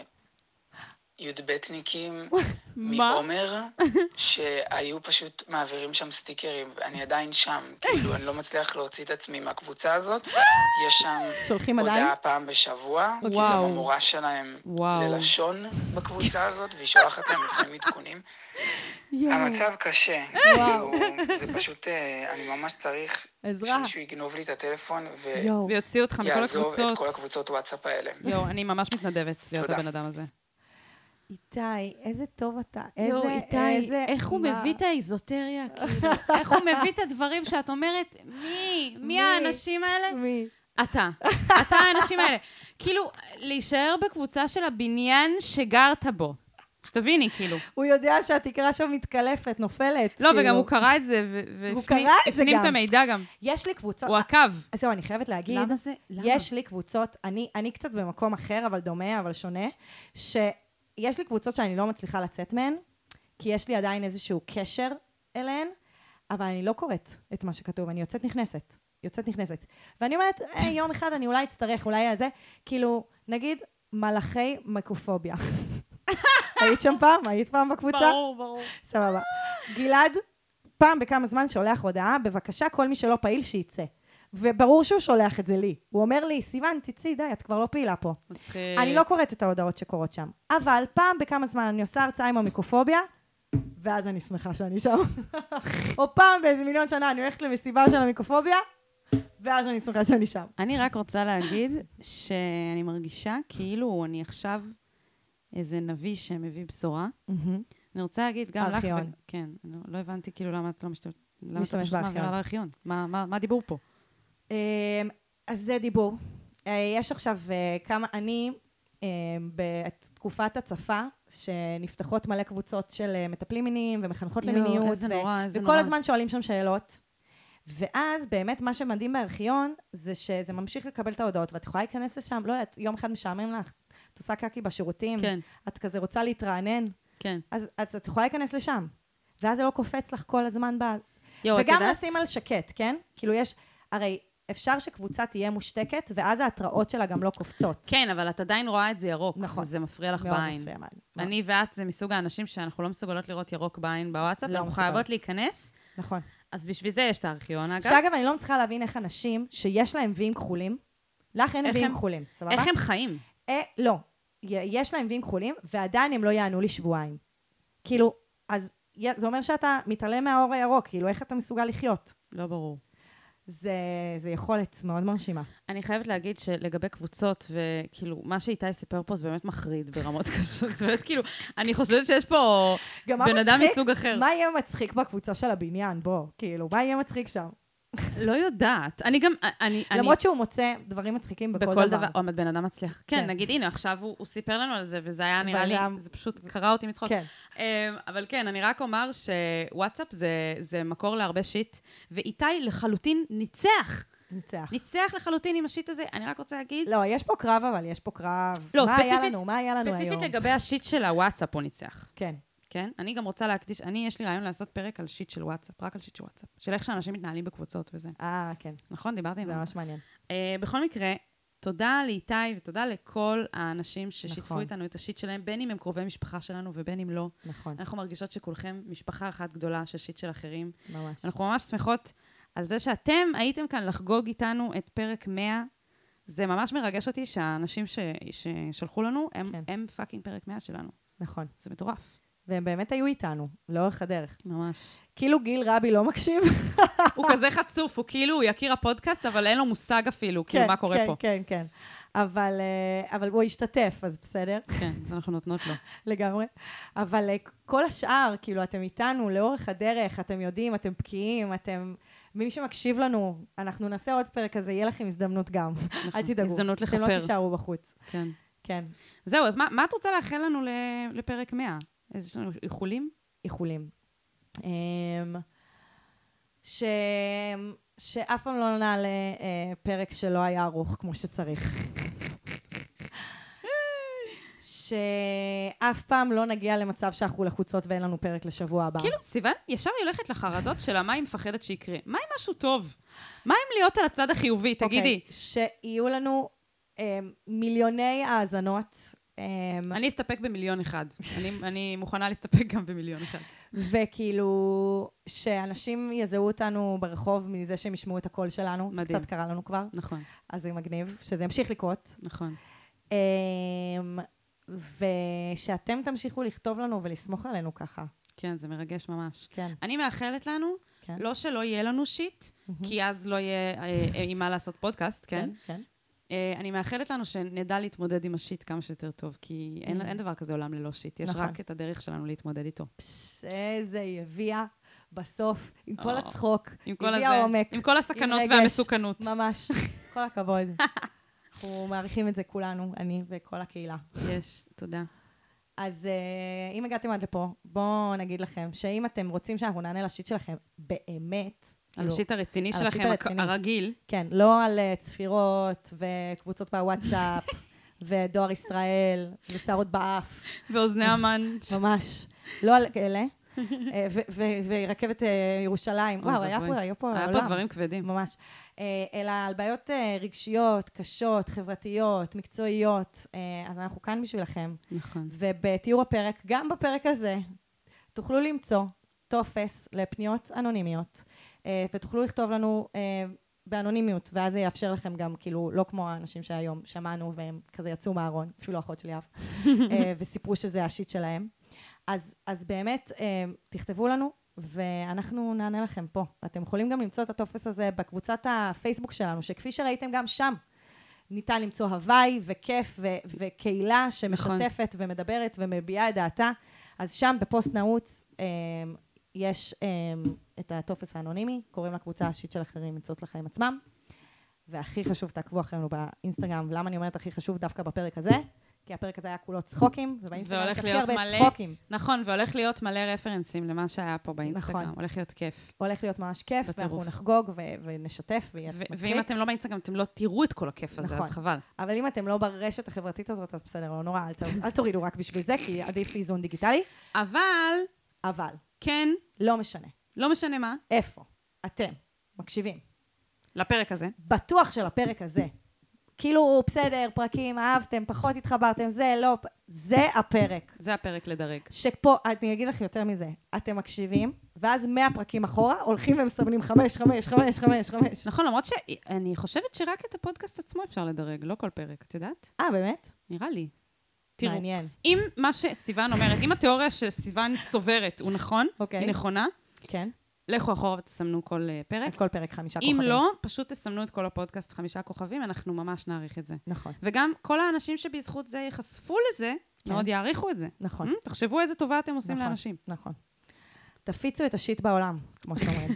יודבטניקים מעומר, שהיו פשוט מעבירים שם סטיקרים, ואני עדיין שם, כאילו, אני לא מצליח להוציא את עצמי מהקבוצה הזאת. יש שם הודעה פעם בשבוע, כי גם המורה שלהם ללשון בקבוצה הזאת, והיא שולחת להם לפני מתכונים. המצב קשה, כאילו, זה פשוט, אני ממש צריך שמישהו יגנוב לי את הטלפון,
ויוציא אותך מכל הקבוצות.
ויעזוב את כל הקבוצות וואטסאפ האלה.
יואו, אני ממש מתנדבת להיות הבן אדם הזה.
איתי, איזה טוב אתה.
יואו, איתי, איך הוא מביא את האיזוטריה, כאילו, איך הוא מביא את הדברים שאת אומרת, מי? מי האנשים האלה?
מי?
אתה. אתה האנשים האלה. כאילו, להישאר בקבוצה של הבניין שגרת בו. שתביני, כאילו.
הוא יודע שהתקרה שם מתקלפת, נופלת.
לא, וגם הוא קרא את זה, והפנים את המידע גם.
יש לי קבוצות...
הוא עקב.
זהו, אני חייבת להגיד.
למה זה? למה?
יש לי קבוצות, אני קצת במקום אחר, אבל דומה, אבל שונה, שיש לי קבוצות שאני לא מצליחה לצאת מהן, כי יש לי עדיין איזשהו קשר אליהן, אבל אני לא קוראת את מה שכתוב, אני יוצאת נכנסת. יוצאת נכנסת. ואני אומרת, יום אחד אני אולי אצטרך, אולי זה, כאילו, נגיד, מלאכי מקופוביה. היית שם פעם? היית פעם בקבוצה?
ברור, ברור.
סבבה. גלעד, פעם בכמה זמן שולח הודעה, בבקשה, כל מי שלא פעיל שיצא. וברור שהוא שולח את זה לי. הוא אומר לי, סיוון, תצאי, די, את כבר לא פעילה פה. אני לא קוראת את ההודעות שקורות שם. אבל פעם בכמה זמן אני עושה הרצאה עם המיקרופוביה, ואז אני שמחה שאני שם. או פעם באיזה מיליון שנה אני הולכת למסיבה של המיקרופוביה, ואז אני שמחה שאני שם.
אני רק רוצה להגיד שאני מרגישה כאילו אני עכשיו איזה נביא שמביא בשורה. אני רוצה להגיד גם לך...
ארכיון.
כן, לא הבנתי כאילו למה את לא משתמשת מעבירה על הארכיון. מה הדיבור פה?
אז זה דיבור. יש עכשיו כמה... אני, בתקופת הצפה, שנפתחות מלא קבוצות של מטפלים מיניים ומחנכות למיניות.
איזה נורא, איזה נורא.
וכל הזמן שואלים שם שאלות. ואז באמת מה שמדהים בארכיון, זה שזה ממשיך לקבל את ההודעות, ואת יכולה להיכנס לשם, לא יודעת, יום אחד משעמם לך, את עושה קקי בשירותים,
כן.
את כזה רוצה להתרענן,
כן.
אז, אז את יכולה להיכנס לשם, ואז זה לא קופץ לך כל הזמן ב...
יו,
וגם לשים על שקט, כן? כאילו יש, הרי אפשר שקבוצה תהיה מושתקת, ואז ההתראות שלה גם לא קופצות.
כן, אבל את עדיין רואה את זה ירוק,
נכון.
וזה מפריע לך
מאוד
בעין.
מפריע, מאוד.
אני ואת זה מסוג האנשים שאנחנו לא מסוגלות לראות ירוק בעין בוואטסאפ,
לא
אנחנו
מסוגלות.
חייבות להיכנס.
נכון.
אז בשביל זה יש את הארכיון, אגב.
שאגב, אני לא מצליחה להבין איך אנשים שיש להם ויים כחולים, לך אין ויים כחולים, סבבה?
איך הם חיים?
אה, לא. יש להם ויים כחולים, ועדיין הם לא יענו לי שבועיים. כאילו, אז זה אומר שאתה מתעלם מהאור הירוק, כאילו, איך אתה מסוגל לחיות?
לא ברור.
זה, זה יכולת מאוד מרשימה.
אני חייבת להגיד שלגבי קבוצות, וכאילו, מה שאיתי סיפר פה זה באמת מחריד ברמות קשות. זאת אומרת, כאילו, אני חושבת שיש פה בן אדם מסוג אחר.
מה יהיה מצחיק בקבוצה של הבניין? בוא, כאילו, מה יהיה מצחיק שם?
לא יודעת. אני גם, אני...
למרות שהוא מוצא דברים מצחיקים בכל דבר.
בכל דבר, עומד בן אדם מצליח. כן, נגיד, הנה, עכשיו הוא סיפר לנו על זה, וזה היה נראה לי, זה פשוט קרא אותי מצחוק.
כן.
אבל כן, אני רק אומר שוואטסאפ זה מקור להרבה שיט, ואיתי לחלוטין ניצח.
ניצח.
ניצח לחלוטין עם השיט הזה. אני רק רוצה להגיד...
לא, יש פה קרב, אבל יש פה קרב.
לא,
מה היה לנו? מה היה לנו היום?
ספציפית לגבי השיט של הוואטסאפ הוא ניצח.
כן.
כן? אני גם רוצה להקדיש, אני, יש לי רעיון לעשות פרק על שיט של וואטסאפ, רק על שיט של וואטסאפ. של איך שאנשים מתנהלים בקבוצות וזה.
אה, כן.
נכון, דיברתי עם זה.
זה ממש מעניין.
Uh, בכל מקרה, תודה לאיתי ותודה לכל האנשים ששיתפו נכון. איתנו את השיט שלהם, בין אם הם קרובי משפחה שלנו ובין אם לא.
נכון.
אנחנו מרגישות שכולכם משפחה אחת גדולה של שיט של אחרים.
ממש.
אנחנו ממש שמחות על זה שאתם הייתם כאן לחגוג איתנו את פרק מאה. זה ממש מרגש אותי שהאנשים ש... ששלחו לנו, הם, כן. הם פאקינג פרק מאה שלנו.
נכון.
זה מטורף.
והם באמת היו איתנו, לאורך הדרך.
ממש.
כאילו גיל רבי לא מקשיב.
הוא כזה חצוף, הוא כאילו, הוא יכיר הפודקאסט, אבל אין לו מושג אפילו, כאילו, מה קורה פה.
כן, כן, כן. אבל, אבל הוא השתתף, אז בסדר.
כן, אז אנחנו נותנות לו.
לגמרי. אבל כל השאר, כאילו, אתם איתנו לאורך הדרך, אתם יודעים, אתם בקיאים, אתם... מי שמקשיב לנו, אנחנו נעשה עוד פרק כזה, יהיה לכם הזדמנות גם. אל תדאגו.
הזדמנות לחפר.
אתם לא תישארו בחוץ.
כן.
כן.
זהו, אז מה, מה את רוצה לאחל לנו לפרק מאה? איזה שלנו איחולים?
איחולים. ש... שאף פעם לא נעלה אה, פרק שלא היה ארוך כמו שצריך. שאף פעם לא נגיע למצב שאנחנו לחוצות ואין לנו פרק לשבוע הבא.
כאילו, סיוון, ישר היא הולכת לחרדות שלה, מה היא מפחדת שיקרה? מה עם משהו טוב? מה עם להיות על הצד החיובי? תגידי.
Okay, שיהיו לנו אה, מיליוני האזנות. אה,
אני אסתפק במיליון אחד. אני, אני מוכנה להסתפק גם במיליון אחד.
וכאילו, שאנשים יזהו אותנו ברחוב מזה שהם ישמעו את הקול שלנו. מדהים. זה קצת קרה לנו כבר.
נכון.
אז זה מגניב, שזה ימשיך לקרות.
נכון.
אה, ושאתם תמשיכו לכתוב לנו ולסמוך עלינו ככה.
כן, זה מרגש ממש.
כן.
אני מאחלת לנו, כן. לא שלא יהיה לנו שיט, mm-hmm. כי אז לא יהיה אה, עם מה לעשות פודקאסט, כן?
כן, כן.
אה, אני מאחלת לנו שנדע להתמודד עם השיט כמה שיותר טוב, כי אין, mm-hmm. אין דבר כזה עולם ללא שיט, יש נכון. רק את הדרך שלנו להתמודד איתו.
פש, איזה היא הביאה בסוף, עם כל oh, הצחוק,
עם כל הביאה עומק, עם כל הסכנות עם והמסוכנות.
ממש, כל הכבוד. אנחנו מעריכים את זה כולנו, אני וכל הקהילה.
יש, תודה.
אז uh, אם הגעתם עד לפה, בואו נגיד לכם, שאם אתם רוצים שאנחנו נענה לשיט שלכם, באמת...
על השיט הרציני שלכם, הרציני. הרגיל.
כן, לא על uh, צפירות וקבוצות בוואטסאפ, ודואר ישראל, ושערות באף.
ואוזני המן.
ממש. לא על אלה. ורכבת ירושלים. וואו, היה פה, היה פה עולם.
היה פה דברים כבדים.
ממש. אלא על בעיות רגשיות, קשות, חברתיות, מקצועיות. אז אנחנו כאן בשבילכם.
נכון.
ובתיאור הפרק, גם בפרק הזה, תוכלו למצוא טופס לפניות אנונימיות, ותוכלו לכתוב לנו באנונימיות, ואז זה יאפשר לכם גם, כאילו, לא כמו האנשים שהיום שמענו, והם כזה יצאו מהארון, אפילו אחות שלי אהב, וסיפרו שזה השיט שלהם. אז, אז באמת, אה, תכתבו לנו, ואנחנו נענה לכם פה. אתם יכולים גם למצוא את הטופס הזה בקבוצת הפייסבוק שלנו, שכפי שראיתם גם שם, ניתן למצוא הוואי וכיף ו- וקהילה שמשתפת נכון. ומדברת ומביעה את דעתה. אז שם בפוסט נעוץ אה, יש אה, את הטופס האנונימי, קוראים לקבוצה השיט של אחרים, מצאות לחיים עצמם. והכי חשוב, תעקבו אחרינו באינסטגרם. ולמה אני אומרת הכי חשוב דווקא בפרק הזה? כי הפרק הזה היה כולו צחוקים, ובאינסטגרם יש הכי הרבה צחוקים.
נכון, והולך להיות מלא רפרנסים למה שהיה פה באינסטגרם.
נכון.
הולך להיות כיף.
הולך להיות ממש כיף, ואנחנו נחגוג ונשתף, ויהיה מצחיק.
ואם אתם לא באינסטגרם, אתם לא תראו את כל הכיף הזה, אז חבל.
אבל אם אתם לא ברשת החברתית הזאת, אז בסדר, לא נורא, אל תורידו רק בשביל זה, כי עדיף איזון דיגיטלי.
אבל...
אבל.
כן.
לא משנה.
לא משנה מה.
איפה? אתם מקשיבים.
לפרק הזה.
בטוח של הפרק הזה. כאילו, בסדר, פרקים, אהבתם, פחות התחברתם, זה לא, זה הפרק.
זה הפרק לדרג.
שפה, אני אגיד לך יותר מזה, אתם מקשיבים, ואז מאה פרקים אחורה, הולכים ומסמנים חמש, חמש, חמש, חמש, חמש.
נכון, למרות שאני חושבת שרק את הפודקאסט עצמו אפשר לדרג, לא כל פרק, את יודעת?
אה, באמת?
נראה לי. תראו,
מעניין.
אם מה שסיוון אומרת, אם התיאוריה שסיוון סוברת הוא נכון, היא נכונה,
כן.
לכו אחורה ותסמנו כל פרק.
כל פרק חמישה כוכבים.
אם לא, פשוט תסמנו את כל הפודקאסט חמישה כוכבים, אנחנו ממש נעריך את זה.
נכון.
וגם כל האנשים שבזכות זה יחשפו לזה, מאוד יעריכו את זה.
נכון.
תחשבו איזה טובה אתם עושים לאנשים.
נכון. תפיצו את השיט בעולם, כמו שאתה אומרת.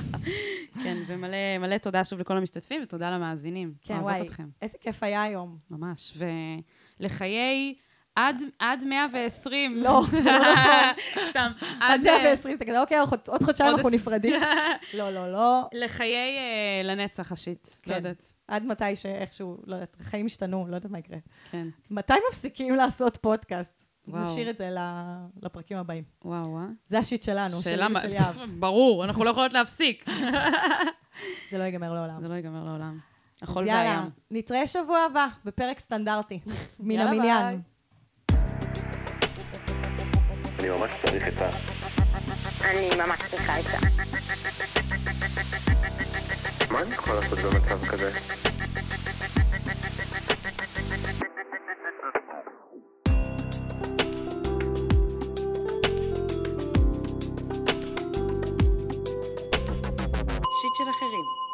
כן, ומלא תודה שוב לכל המשתתפים, ותודה למאזינים.
כן, וואי, איזה כיף היה היום.
ממש. ולחיי... עד, עד מאה ועשרים.
לא, זה לא נכון.
סתם.
עד מאה ועשרים, תגיד, אוקיי, עוד חודשיים אנחנו נפרדים. לא, לא, לא.
לחיי לנצח השיט, לא יודעת.
עד מתי שאיכשהו, לא יודעת, חיים השתנו, לא יודעת מה יקרה.
כן.
מתי מפסיקים לעשות פודקאסט? נשאיר את זה לפרקים הבאים.
וואו, וואו.
זה השיט שלנו, שלי ושל יאב.
ברור, אנחנו לא יכולות להפסיק.
זה לא ייגמר לעולם.
זה לא ייגמר לעולם.
אז יאללה, נתראה שבוע הבא, בפרק סטנדרטי. מן המניין.
אני ממש צריך את ה...
אני ממש צריכה את ה...
מה אני יכול לעשות במצב כזה?
שיט של אחרים.